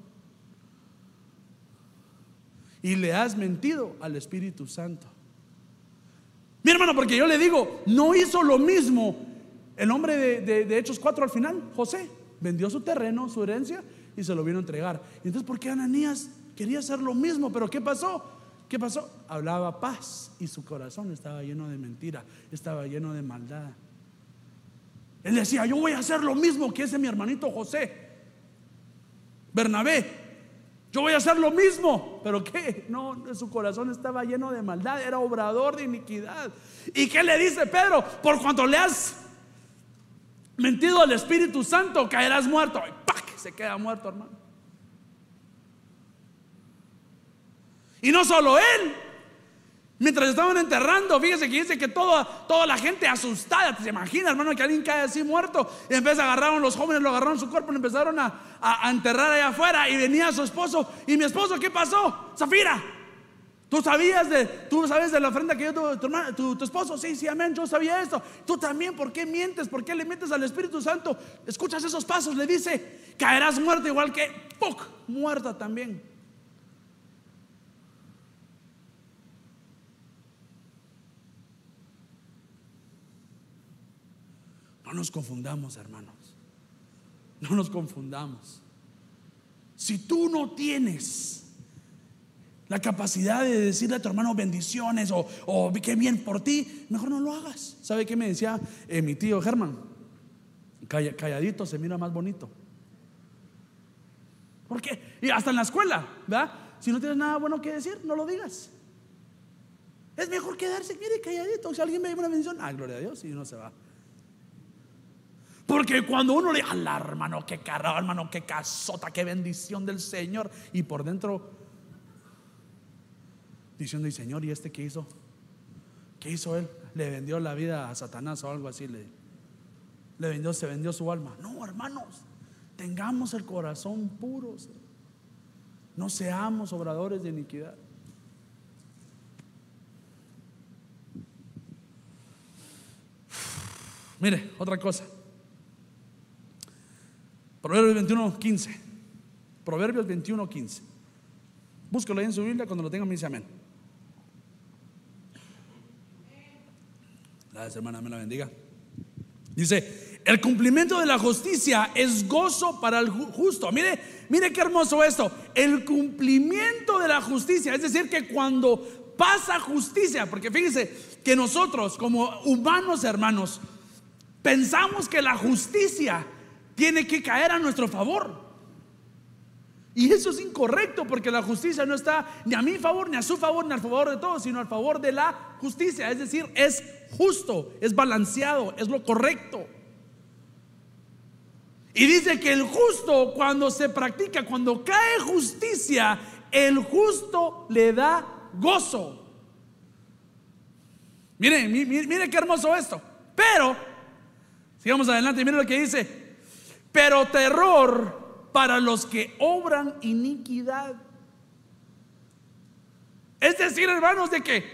Y le has mentido al Espíritu Santo. Mi hermano, porque yo le digo, no hizo lo mismo el hombre de, de, de Hechos cuatro al final. José vendió su terreno, su herencia, y se lo vino a entregar. Y entonces, ¿por qué Ananías quería hacer lo mismo? Pero ¿qué pasó? ¿Qué pasó? Hablaba paz y su corazón estaba lleno de mentira, estaba lleno de maldad. Él decía, yo voy a hacer lo mismo que ese mi hermanito José, Bernabé. Yo voy a hacer lo mismo. ¿Pero qué? No, su corazón estaba lleno de maldad, era obrador de iniquidad. ¿Y qué le dice Pedro? Por cuanto le has mentido al Espíritu Santo, caerás muerto. Y ¡pac! Se queda muerto, hermano. Y no solo él. Mientras estaban enterrando, fíjese que dice que toda, toda la gente asustada. ¿Se imagina, hermano, que alguien cae así muerto? Y en vez agarraron los jóvenes, lo agarraron su cuerpo, lo empezaron a, a, a enterrar allá afuera. Y venía su esposo. Y mi esposo, ¿qué pasó? Zafira, ¿tú sabías de, tú sabes de la ofrenda que yo tuve tu, hermano, tu, tu esposo? Sí, sí, amén, yo sabía esto. Tú también, ¿por qué mientes? ¿Por qué le mientes al Espíritu Santo? Escuchas esos pasos, le dice, caerás muerto igual que ¡puc! Muerta también. No nos confundamos, hermanos. No nos confundamos. Si tú no tienes la capacidad de decirle a tu hermano bendiciones o, o qué bien por ti, mejor no lo hagas. ¿Sabe qué me decía eh, mi tío Germán? Call, calladito se mira más bonito. ¿Por qué? Y hasta en la escuela, ¿verdad? Si no tienes nada bueno que decir, no lo digas. Es mejor quedarse, mire, calladito. Si alguien me da una bendición, ah, gloria a Dios, y uno se va. Porque cuando uno le dice, ala, hermano, qué carro, hermano, qué casota, qué bendición del Señor, y por dentro diciendo, y Señor, ¿y este qué hizo? ¿Qué hizo él? Le vendió la vida a Satanás o algo así, le, le vendió, se vendió su alma. No, hermanos, tengamos el corazón puro, no seamos obradores de iniquidad. Mire, otra cosa. Proverbios veintiuno, quince. Proverbios veintiuno, quince. Búscalo ahí en su Biblia, cuando lo tenga me dice amén. Gracias, hermana, me la bendiga. Dice, el cumplimiento de la justicia es gozo para el justo. Mire, mire qué hermoso esto. El cumplimiento de la justicia, es decir, que cuando pasa justicia, porque fíjense que nosotros como humanos, hermanos, pensamos que la justicia tiene que caer a nuestro favor. Y eso es incorrecto, porque la justicia no está ni a mi favor, ni a su favor, ni al favor de todos, sino al favor de la justicia. Es decir, es justo, es balanceado, es lo correcto. Y dice que el justo, cuando se practica, cuando cae justicia, el justo le da gozo. Miren, miren, miren qué hermoso esto. Pero sigamos adelante y miren lo que dice. Pero terror para los que obran iniquidad. Es decir, hermanos, de que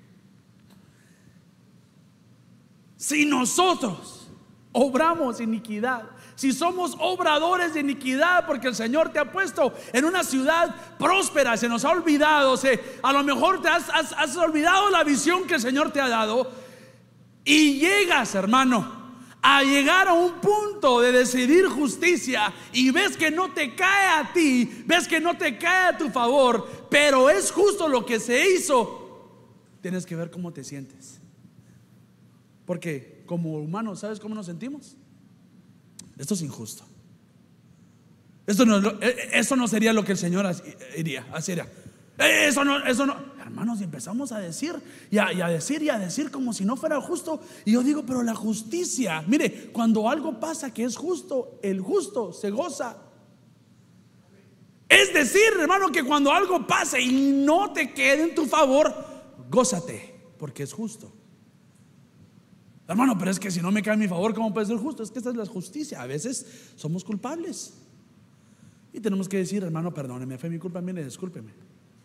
si nosotros obramos iniquidad, si somos obradores de iniquidad, porque el Señor te ha puesto en una ciudad próspera, se nos ha olvidado, se, a lo mejor te has, has, has olvidado la visión que el Señor te ha dado, y llegas, hermano, a llegar a un punto de decidir justicia y ves que no te cae a ti, ves que no te cae a tu favor, pero es justo lo que se hizo, tienes que ver cómo te sientes. Porque como humanos, ¿sabes cómo nos sentimos? Esto es injusto. Esto no, eso no sería lo que el Señor iría, haría. Eso no, eso no. Hermanos, y empezamos a decir y a, y a decir y a decir como si no fuera justo. Y yo digo, pero la justicia, mire, cuando algo pasa que es justo, el justo se goza. Es decir, hermano, que cuando algo pasa y no te quede en tu favor, gózate, porque es justo. Hermano, pero es que si no me cae en mi favor, ¿cómo puede ser justo? Es que esta es la justicia. A veces somos culpables y tenemos que decir, hermano, perdóneme, fue mi culpa, mire, discúlpeme.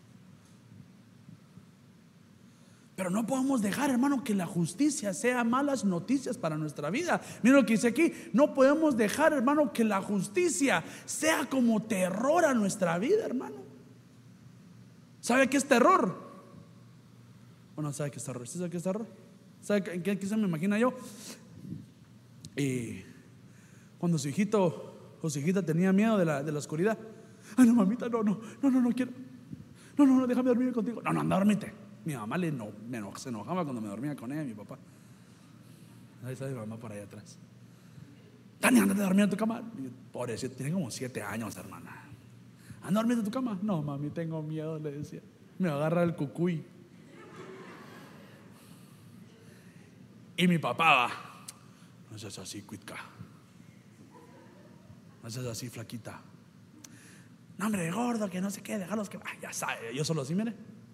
Pero no podemos dejar, hermano, que la justicia sea malas noticias para nuestra vida. Mira lo que dice aquí. No podemos dejar, hermano, que la justicia sea como terror a nuestra vida, hermano. ¿Sabe qué es terror? Bueno, ¿sabe qué es terror? ¿Sí sabe qué es terror? ¿Sabe en qué, qué se me imagina yo? Y cuando su hijito o su hijita tenía miedo de la, de la oscuridad. Ay, no, mamita, no, no, no, no, no quiero. No, no, no, déjame dormir contigo. No, no, anda, dormite. Mi mamá le no, me enojaba, se enojaba cuando me dormía con ella, mi papá. Ahí está mi mamá por ahí atrás. Tania, anda a dormir en tu cama. Pobrecito, tiene como siete años, hermana. Anda a dormir en tu cama. No, mami, tengo miedo, le decía. Me agarra el cucuy. Y mi papá va, no seas así, cuitca. Haces así, flaquita. No, hombre, gordo, que no sé qué, déjalos que. Ay, ya sabe, yo solo así, mire.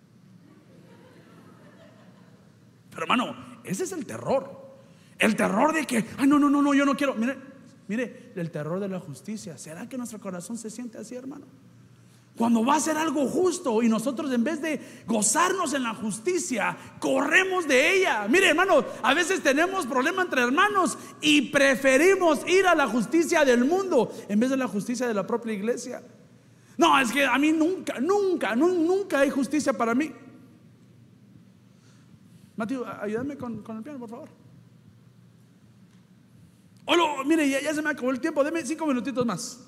Pero hermano, ese es el terror. El terror de que, ay, no, no, no, no, yo no quiero. Mire, mire, el terror de la justicia. ¿Será que nuestro corazón se siente así, hermano? Cuando va a ser algo justo y nosotros, en vez de gozarnos en la justicia, corremos de ella. Mire, hermano, a veces tenemos problemas entre hermanos y preferimos ir a la justicia del mundo en vez de la justicia de la propia iglesia. No, es que a mí nunca, nunca, no, nunca hay justicia para mí. Mateo, ayúdame con, con el piano, por favor. Hola, mire, ya, ya se me acabó el tiempo. Deme cinco minutitos más.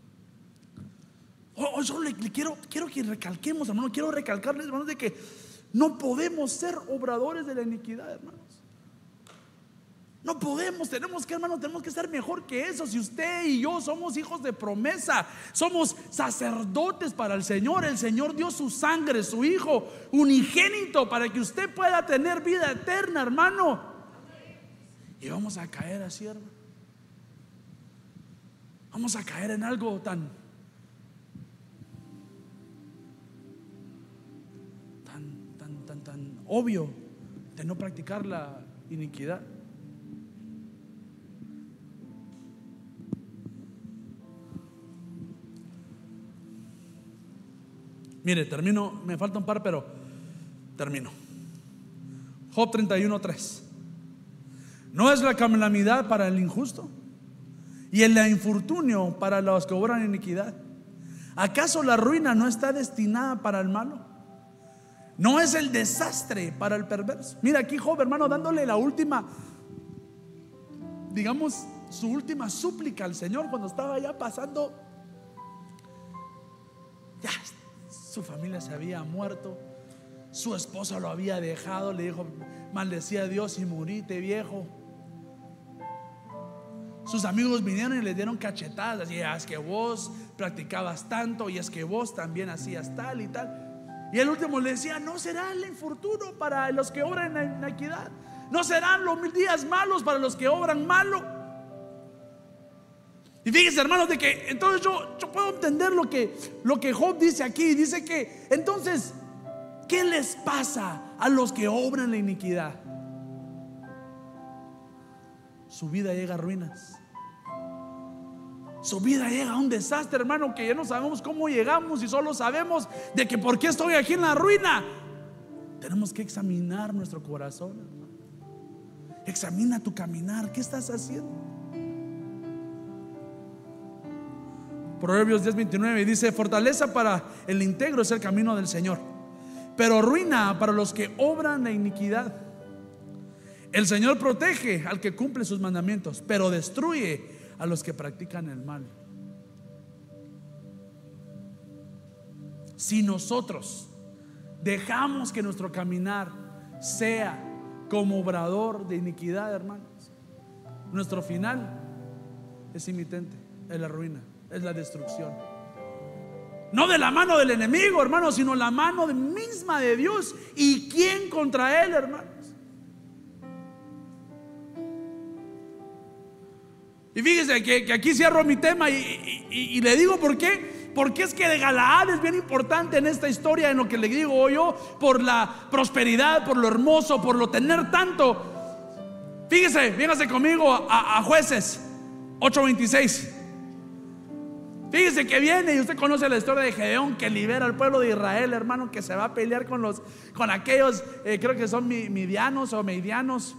Oh, yo le, le quiero, quiero que recalquemos, hermano. Quiero recalcarles, hermanos, de que no podemos ser obradores de la iniquidad, hermanos. No podemos, tenemos que, hermanos, tenemos que ser mejor que eso. Si usted y yo somos hijos de promesa, somos sacerdotes para el Señor. El Señor dio su sangre, su Hijo unigénito, para que usted pueda tener vida eterna, hermano. Y vamos a caer así, hermano. Vamos a caer en algo tan Tan, tan, tan, tan obvio de no practicar la iniquidad. Mire, termino, me falta un par, pero termino. Job treinta y uno, tres. ¿No es la calamidad para el injusto y el infortunio para los que obran iniquidad? ¿Acaso la ruina no está destinada para el malo? ¿No es el desastre para el perverso? Mira aquí Job, hermano, dándole la última, digamos, su última súplica al Señor cuando estaba ya pasando. Ya su familia se había muerto, su esposa lo había dejado, le dijo, maldecía a Dios y murite, viejo. Sus amigos vinieron y le dieron cachetadas, así, es que vos practicabas tanto y es que vos también hacías tal y tal. Y el último le decía, no será el infortunio para los que obran en iniquidad, no serán los mil días malos para los que obran malo. Y fíjense, hermanos, de que entonces yo, yo puedo entender lo que, lo que Job dice aquí. Dice que entonces, ¿qué les pasa a los que obran la iniquidad? Su vida llega a ruinas. Su vida llega a un desastre, hermano, que ya no sabemos cómo llegamos y solo sabemos de que por qué estoy aquí en la ruina. Tenemos que examinar nuestro corazón, hermano. Examina tu caminar. ¿Qué estás haciendo? Proverbios diez, veintinueve dice, fortaleza para el íntegro es el camino del Señor, pero ruina para los que obran la iniquidad. El Señor protege al que cumple sus mandamientos, pero destruye a los que practican el mal. Si nosotros dejamos que nuestro caminar sea como obrador de iniquidad, hermanos, nuestro final es imitente, es la ruina, es la destrucción. No de la mano del enemigo, hermano, sino la mano misma de Dios. ¿Y quién contra él, hermanos? Y fíjese que, que aquí cierro mi tema y, y, y, y le digo por qué. Porque es que de Galaad es bien importante en esta historia, en lo que le digo yo, por la prosperidad, por lo hermoso, por lo tener tanto. Fíjese, fíjese conmigo a, a Jueces ocho veintiséis. Fíjese que viene, y usted conoce la historia de Gedeón, que libera al pueblo de Israel, hermano, que se va a pelear con los, con aquellos, eh, creo que son midianos o medianos,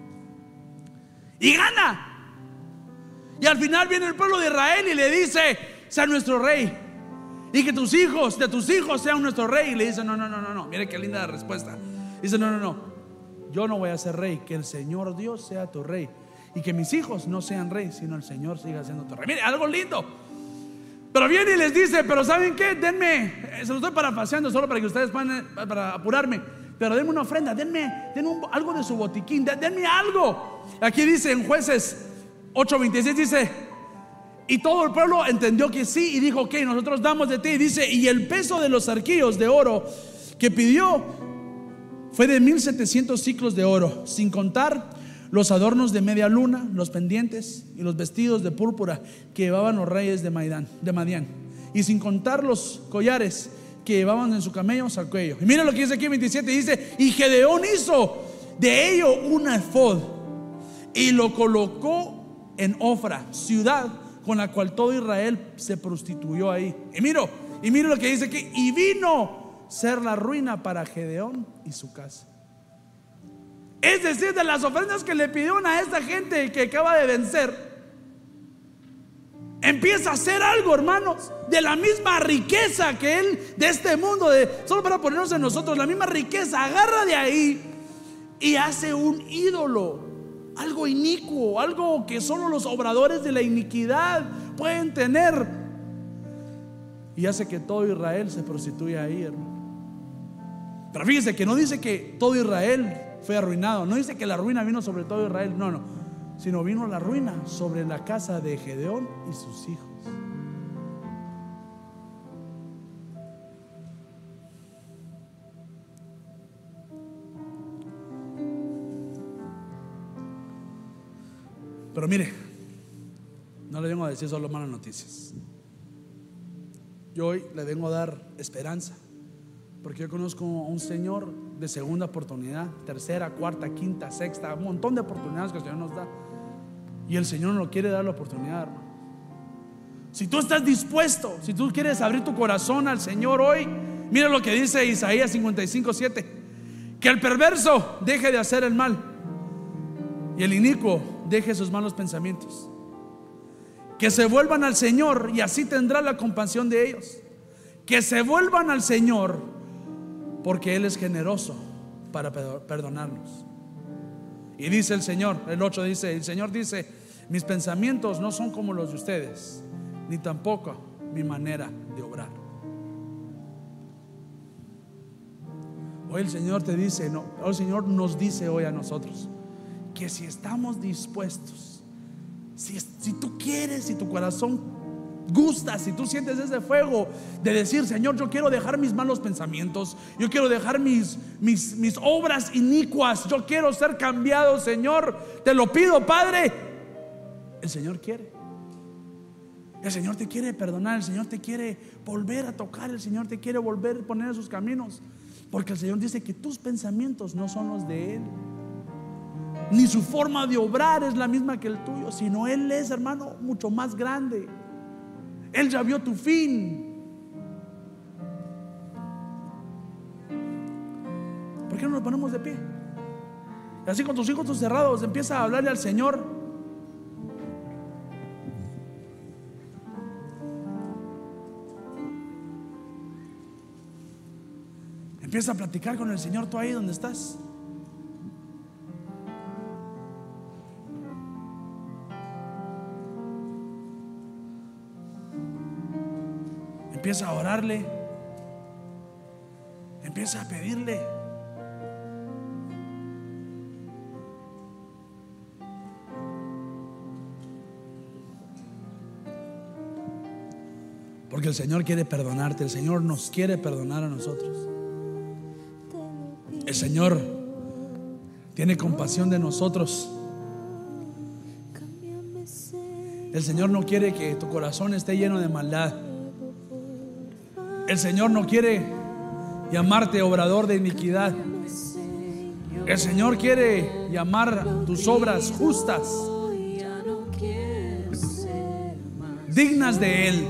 y gana. Y al final viene el pueblo de Israel y le dice, sea nuestro rey, y que tus hijos, de tus hijos sean nuestro rey. Y le dice, no, no, no, no, no. Mire qué linda la respuesta. Dice, no, no, no, yo no voy a ser rey, que el Señor Dios sea tu rey, y que mis hijos no sean rey, sino el Señor siga siendo tu rey. Mire, algo lindo. Pero viene y les dice, pero ¿saben qué? Denme, se lo estoy parafaseando solo para que ustedes puedan, para apurarme, pero denme una ofrenda, denme, denme un, algo de su botiquín, denme algo. Aquí dice en Jueces ocho veintiséis, dice, y todo el pueblo entendió que sí, y dijo, ok, nosotros damos de ti. Y dice, y el peso de los arquillos de oro que pidió fue de mil setecientos ciclos de oro, sin contar los adornos de media luna, los pendientes y los vestidos de púrpura que llevaban los reyes de Maidán, de Madián, y sin contar los collares que llevaban en sus camellos al cuello. Y mira lo que dice aquí veintisiete, dice: y Gedeón hizo de ello un efod y lo colocó en Ofra, ciudad con la cual todo Israel se prostituyó ahí. Y miro, y miro lo que dice aquí: y vino ser la ruina para Gedeón y su casa. Es decir, de las ofrendas que le pidieron a esta gente que acaba de vencer, empieza a hacer algo, hermanos, de la misma riqueza que él, de este mundo, de, solo para ponernos en nosotros, la misma riqueza, agarra de ahí y hace un ídolo, algo inicuo, algo que solo los obradores de la iniquidad pueden tener, y hace que todo Israel se prostituya ahí, hermano. Pero fíjese que no dice que todo Israel fue arruinado, no dice que la ruina vino sobre todo Israel, no, no, sino vino la ruina sobre la casa de Gedeón y sus hijos. Pero mire, no le vengo a decir solo malas noticias. Yo hoy le vengo a dar esperanza, porque yo conozco a un Señor de segunda oportunidad, tercera, cuarta, quinta, sexta, un montón de oportunidades que el Señor nos da. Y el Señor no quiere dar la oportunidad, hermano. Si tú estás dispuesto, si tú quieres abrir tu corazón al Señor hoy, mira lo que dice Isaías cincuenta y cinco, siete: que el perverso deje de hacer el mal y el inicuo deje sus malos pensamientos, que se vuelvan al Señor y así tendrá la compasión de ellos. Que se vuelvan al Señor, porque Él es generoso para perdonarnos. Y dice el Señor, el ocho dice, el Señor dice: mis pensamientos no son como los de ustedes, ni tampoco mi manera de obrar. Hoy el Señor te dice, no, hoy el Señor nos dice hoy a nosotros que si estamos dispuestos, si, si tú quieres, si tu corazón gusta, si tú sientes ese fuego de decir: Señor, yo quiero dejar mis malos pensamientos, yo quiero dejar mis, mis, mis obras inicuas, yo quiero ser cambiado, Señor, te lo pido, Padre. El Señor quiere, el Señor te quiere perdonar, el Señor te quiere volver a tocar, el Señor te quiere volver a poner en sus caminos, porque el Señor dice que tus pensamientos no son los de Él, ni su forma de obrar es la misma que el tuyo, sino Él es, hermano, mucho más grande. Él ya vio tu fin. ¿Por qué no nos ponemos de pie? Así con tus ojos cerrados, empieza a hablarle al Señor. Empieza a platicar con el Señor, tú ahí donde estás. Empieza a orarle, empieza a pedirle. Porque el Señor quiere perdonarte, el Señor nos quiere perdonar a nosotros. El Señor tiene compasión de nosotros. El Señor no quiere que tu corazón esté lleno de maldad. El Señor no quiere llamarte obrador de iniquidad. El Señor quiere llamar tus obras justas, dignas de Él.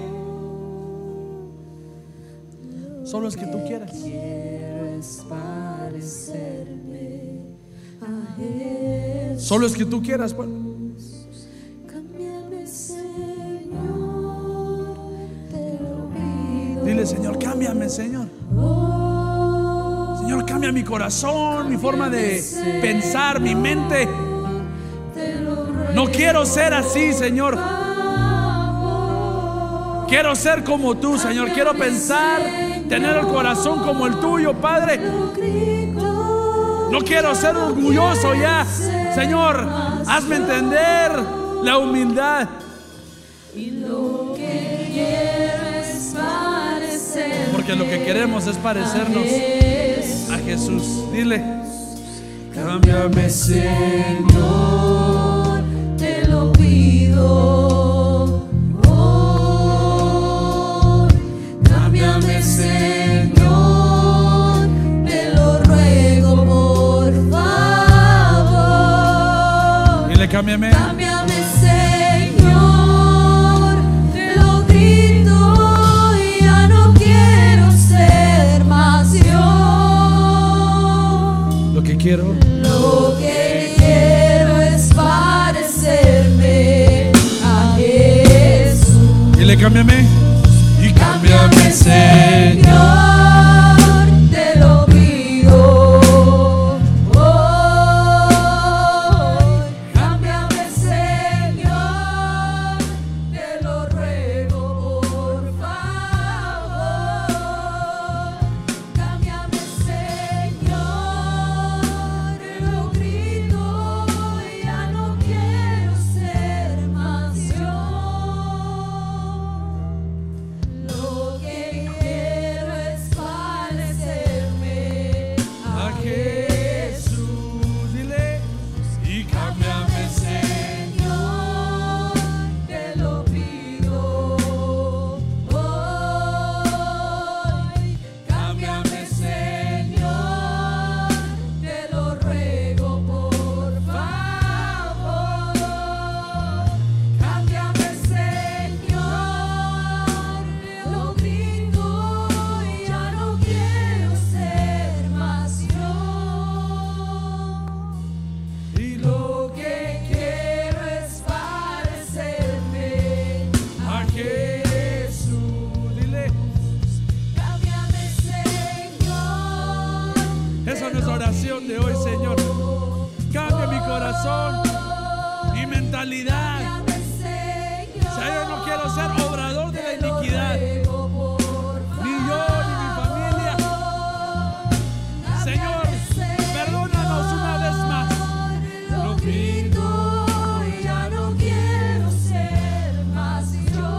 Solo es que tú quieras. Solo es que tú quieras, pues. Dile: Señor, cámbiame, Señor. Señor, cambia mi corazón, mi forma de pensar, mi mente. No quiero ser así, Señor. Quiero ser como tú, Señor. Quiero pensar, tener el corazón como el tuyo, Padre. No quiero ser orgulloso ya, Señor. Hazme entender la humildad. Porque lo que queremos es parecernos a Jesús. Dile: Cámbiame, Señor, te lo pido. Oh, cámbiame, Señor, te lo ruego, por favor. Dile, cámbiame. Cámbiame, Señor, te lo grito, ya no quiero ser más yo. Lo que quiero, lo que quiero es parecerme a Jesús. Dile, cámbiame. Y cámbiame, Señor, te lo pido. Oh, cámbiame, Señor, te lo ruego, por favor. Cámbiame, Señor, te lo grito, ya no quiero ser más yo. Lo que quiero es parecerme a Jesús. Dile, y cámbiame, Señor, te lo pido. Hoy, cámbiame, Señor, te lo ruego, por favor. Cámbiame, Señor, te lo grito, ya no quiero ser más yo. Y lo que quiero es parecerme a Jesús. Dile, cámbiame, Señor. Esa es nuestra oración de hoy, Señor. Cambia mi corazón, mi mentalidad. Señor, yo no quiero ser obrador de la iniquidad, ni yo ni mi familia. Señor, perdónanos una vez más. Lo pido, ya no quiero ser más yo.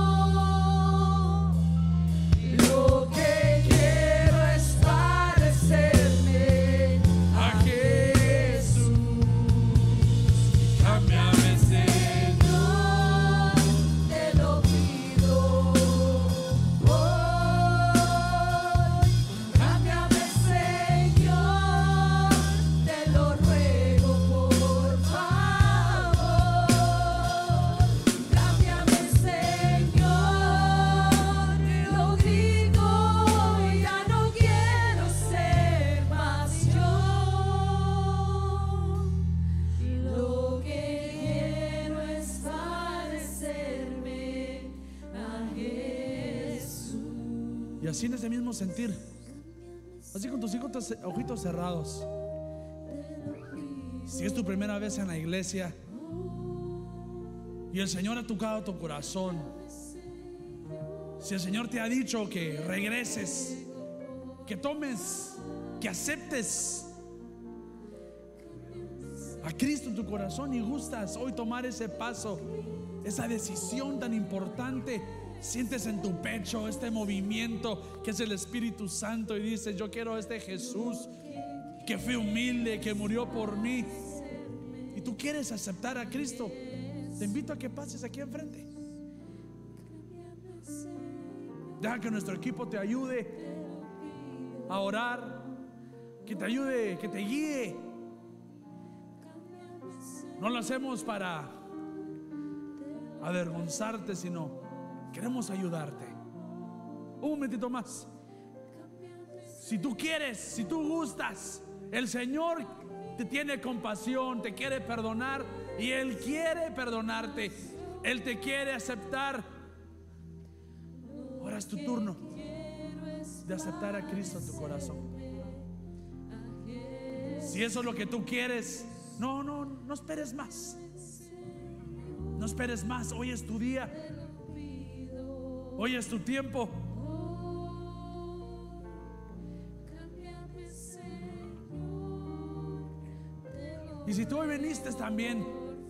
Lo que quiero es parecerme a Jesús. Cámbiame, Señor, te lo pido. Oh, cámbiame, Señor, te lo ruego, por favor. Cámbiame, Señor, te lo grito, ya no quiero ser más yo. Lo que quiero es parecerme a Jesús. Y así en ese mismo sentir, así con tus ojitos, ojitos cerrados. Si es tu primera vez en la iglesia y el Señor ha tocado tu corazón, si el Señor te ha dicho que regreses, que tomes, que aceptes a Cristo en tu corazón y gustas hoy tomar ese paso, esa decisión tan importante, sientes en tu pecho este movimiento que es el Espíritu Santo y dices: yo quiero a este Jesús que fue humilde, que murió por mí, y tú quieres aceptar a Cristo. Te invito a que pases aquí enfrente. Deja que nuestro equipo te ayude a orar, que te ayude, que te guíe. No lo hacemos para avergonzarte, sino queremos ayudarte. Un momentito más. Si tú quieres, si tú gustas, el Señor te tiene compasión, te quiere perdonar y Él quiere perdonarte. Él te quiere aceptar. Ahora es tu turno de aceptar a Cristo en tu corazón. Si eso es lo que tú quieres, no, no, no esperes más. No esperes más. Hoy es tu día. Hoy es tu tiempo. Y si tú hoy viniste también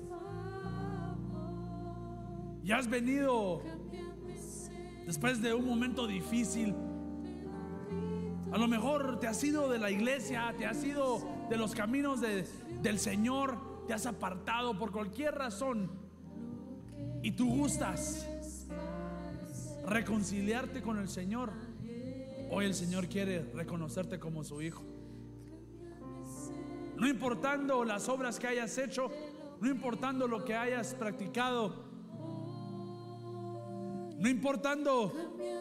y has venido después de un momento difícil, A lo mejor te has ido de la iglesia, te has ido de los caminos de, del Señor, te has apartado por cualquier razón y tú gustas reconciliarte con el Señor. Hoy el Señor quiere reconocerte como su hijo. No importando las obras que hayas hecho, no importando lo que hayas practicado, no importando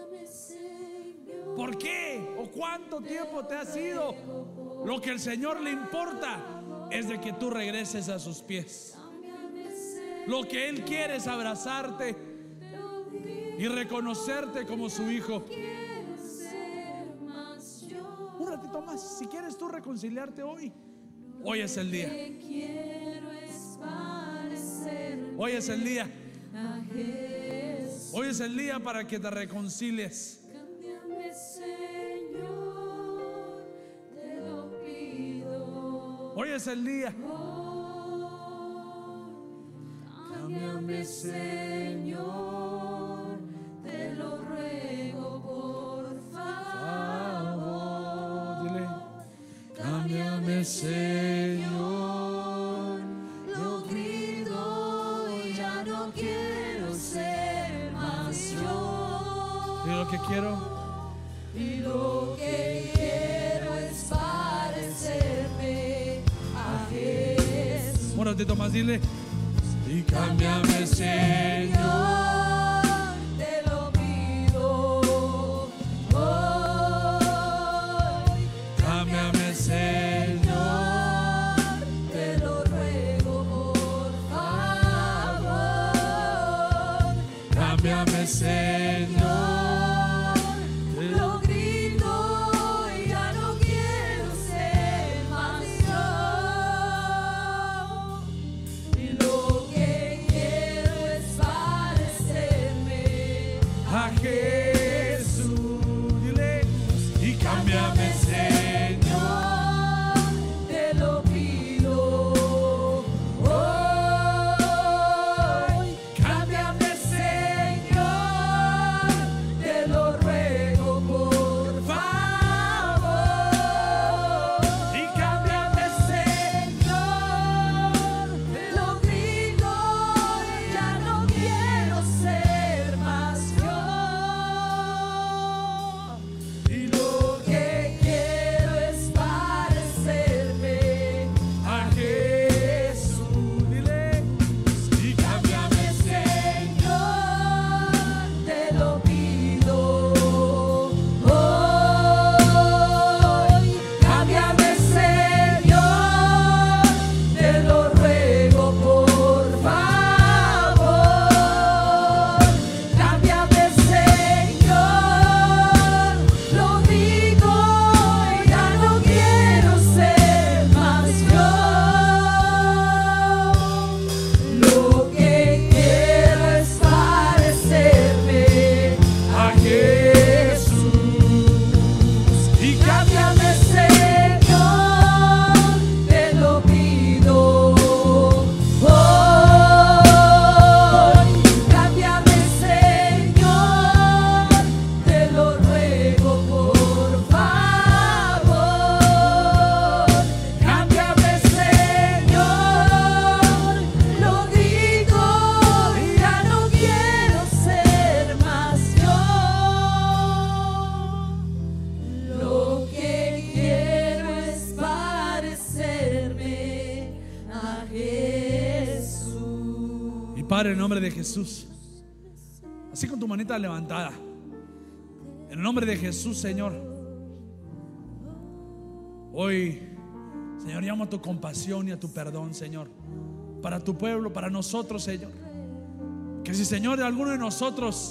por qué o cuánto tiempo te has ido, lo que al Señor le importa es de que tú regreses a sus pies. Lo que Él quiere es abrazarte y reconocerte como su hijo. Un ratito más, si quieres tú reconciliarte hoy, hoy es el día. Hoy es el día. Hoy es el día para que te reconcilies. Hoy es el día. Cámbiame, Señor, te lo ruego, por favor. Dile, Cámbiame, Señor, lo grito y ya no quiero ser más yo. dile lo que quiero. Y lo que quiero es parecerme a Jesús. Un ratito más, dile. Y cámbiame, Señor, te lo pido hoy. Cámbiame, Señor, te lo ruego, por favor. Cámbiame, Señor, lo grito y ya no quiero ser más yo. Y lo A Jesús, dile. Y cámbiame, Señor, te lo pido hoy. Cámbiame, Señor, te lo ruego, por favor. Y cámbiame, Señor, lo grito y ya no quiero ser más yo. Y lo que quiero es parecerme a Jesús, dile. y cámbiame, Señor, te lo pido hoy. Cámbiame, Señor, te lo ruego, por favor. Cámbiame, Señor, lo digo y ya no quiero ser más yo. Lo que quiero es parecerme A Jesús. y cámbiame, Señor, te lo pido hoy. Cámbiame, Señor, te lo ruego, por favor. Cámbiame, Señor, lo digo y ya no quiero ser más yo. Lo que quiero es parecerme a Jesús. Y Padre, en el nombre de Jesús, así con tu manita levantada, en el nombre de Jesús, Señor, hoy, Señor, llamo a tu compasión y a tu perdón, Señor, para tu pueblo, para nosotros, Señor. Que si, Señor, de alguno de nosotros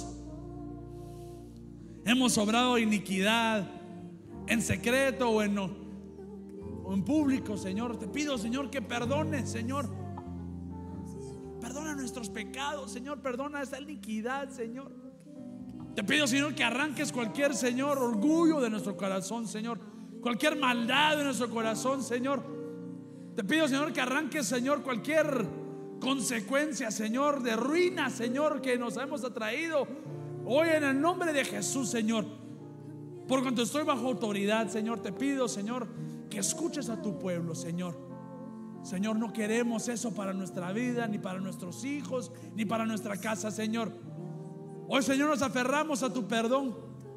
hemos obrado iniquidad en secreto o en, o en público, Señor, te pido, Señor, que perdones, Señor. Perdona nuestros pecados, Señor. Perdona esta iniquidad, Señor. Te pido, Señor, que arranques cualquier, Señor, orgullo de nuestro corazón, Señor. Cualquier maldad de nuestro corazón, Señor. Te pido, Señor, que arranques, Señor, cualquier consecuencia, Señor, de ruina, Señor, que nos hemos atraído. Hoy en el nombre de Jesús, Señor. Por cuanto estoy bajo autoridad, Señor, te pido, Señor, que escuches a tu pueblo, Señor. Señor, no queremos eso para nuestra vida, ni para nuestros hijos, ni para nuestra casa, Señor. Hoy, Señor, nos aferramos a tu perdón.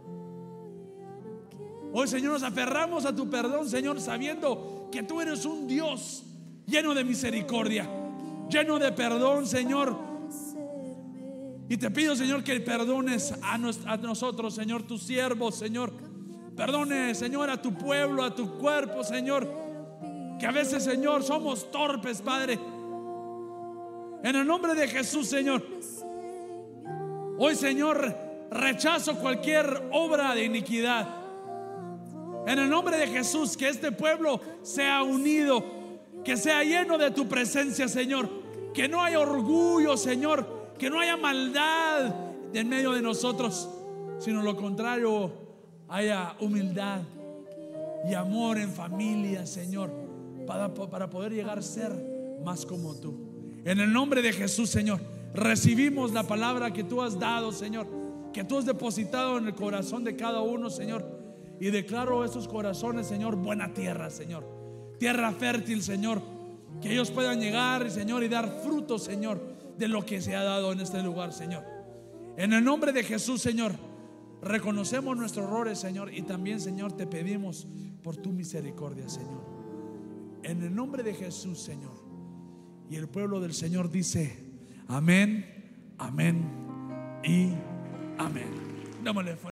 Hoy, Señor, nos aferramos a tu perdón, Señor, sabiendo que tú eres un Dios lleno de misericordia, lleno de perdón, Señor. Y te pido, Señor, que perdones a, nos, a nosotros, Señor, tus siervos, Señor. Perdone, Señor, a tu pueblo, a tu cuerpo, Señor, que a veces, Señor, somos torpes, Padre. En el nombre de Jesús, Señor, hoy, Señor, rechazo cualquier obra de iniquidad. En el nombre de Jesús, que este pueblo sea unido, que sea lleno de tu presencia, Señor. Que no haya orgullo, Señor, que no haya maldad en medio de nosotros, sino lo contrario, haya humildad y amor en familia, Señor, para, para poder llegar a ser más como tú. En el nombre de Jesús, Señor, recibimos la palabra que tú has dado, Señor, que tú has depositado en el corazón de cada uno, Señor. Y declaro a estos corazones, Señor, buena tierra, Señor, tierra fértil, Señor, que ellos puedan llegar, Señor, y dar fruto, Señor, de lo que se ha dado en este lugar, Señor. En el nombre de Jesús, Señor, reconocemos nuestros errores, Señor, y también, Señor, te pedimos por tu misericordia, Señor. En el nombre de Jesús, Señor. Y el pueblo del Señor dice: amén, amén y amén. Démosle fuerza.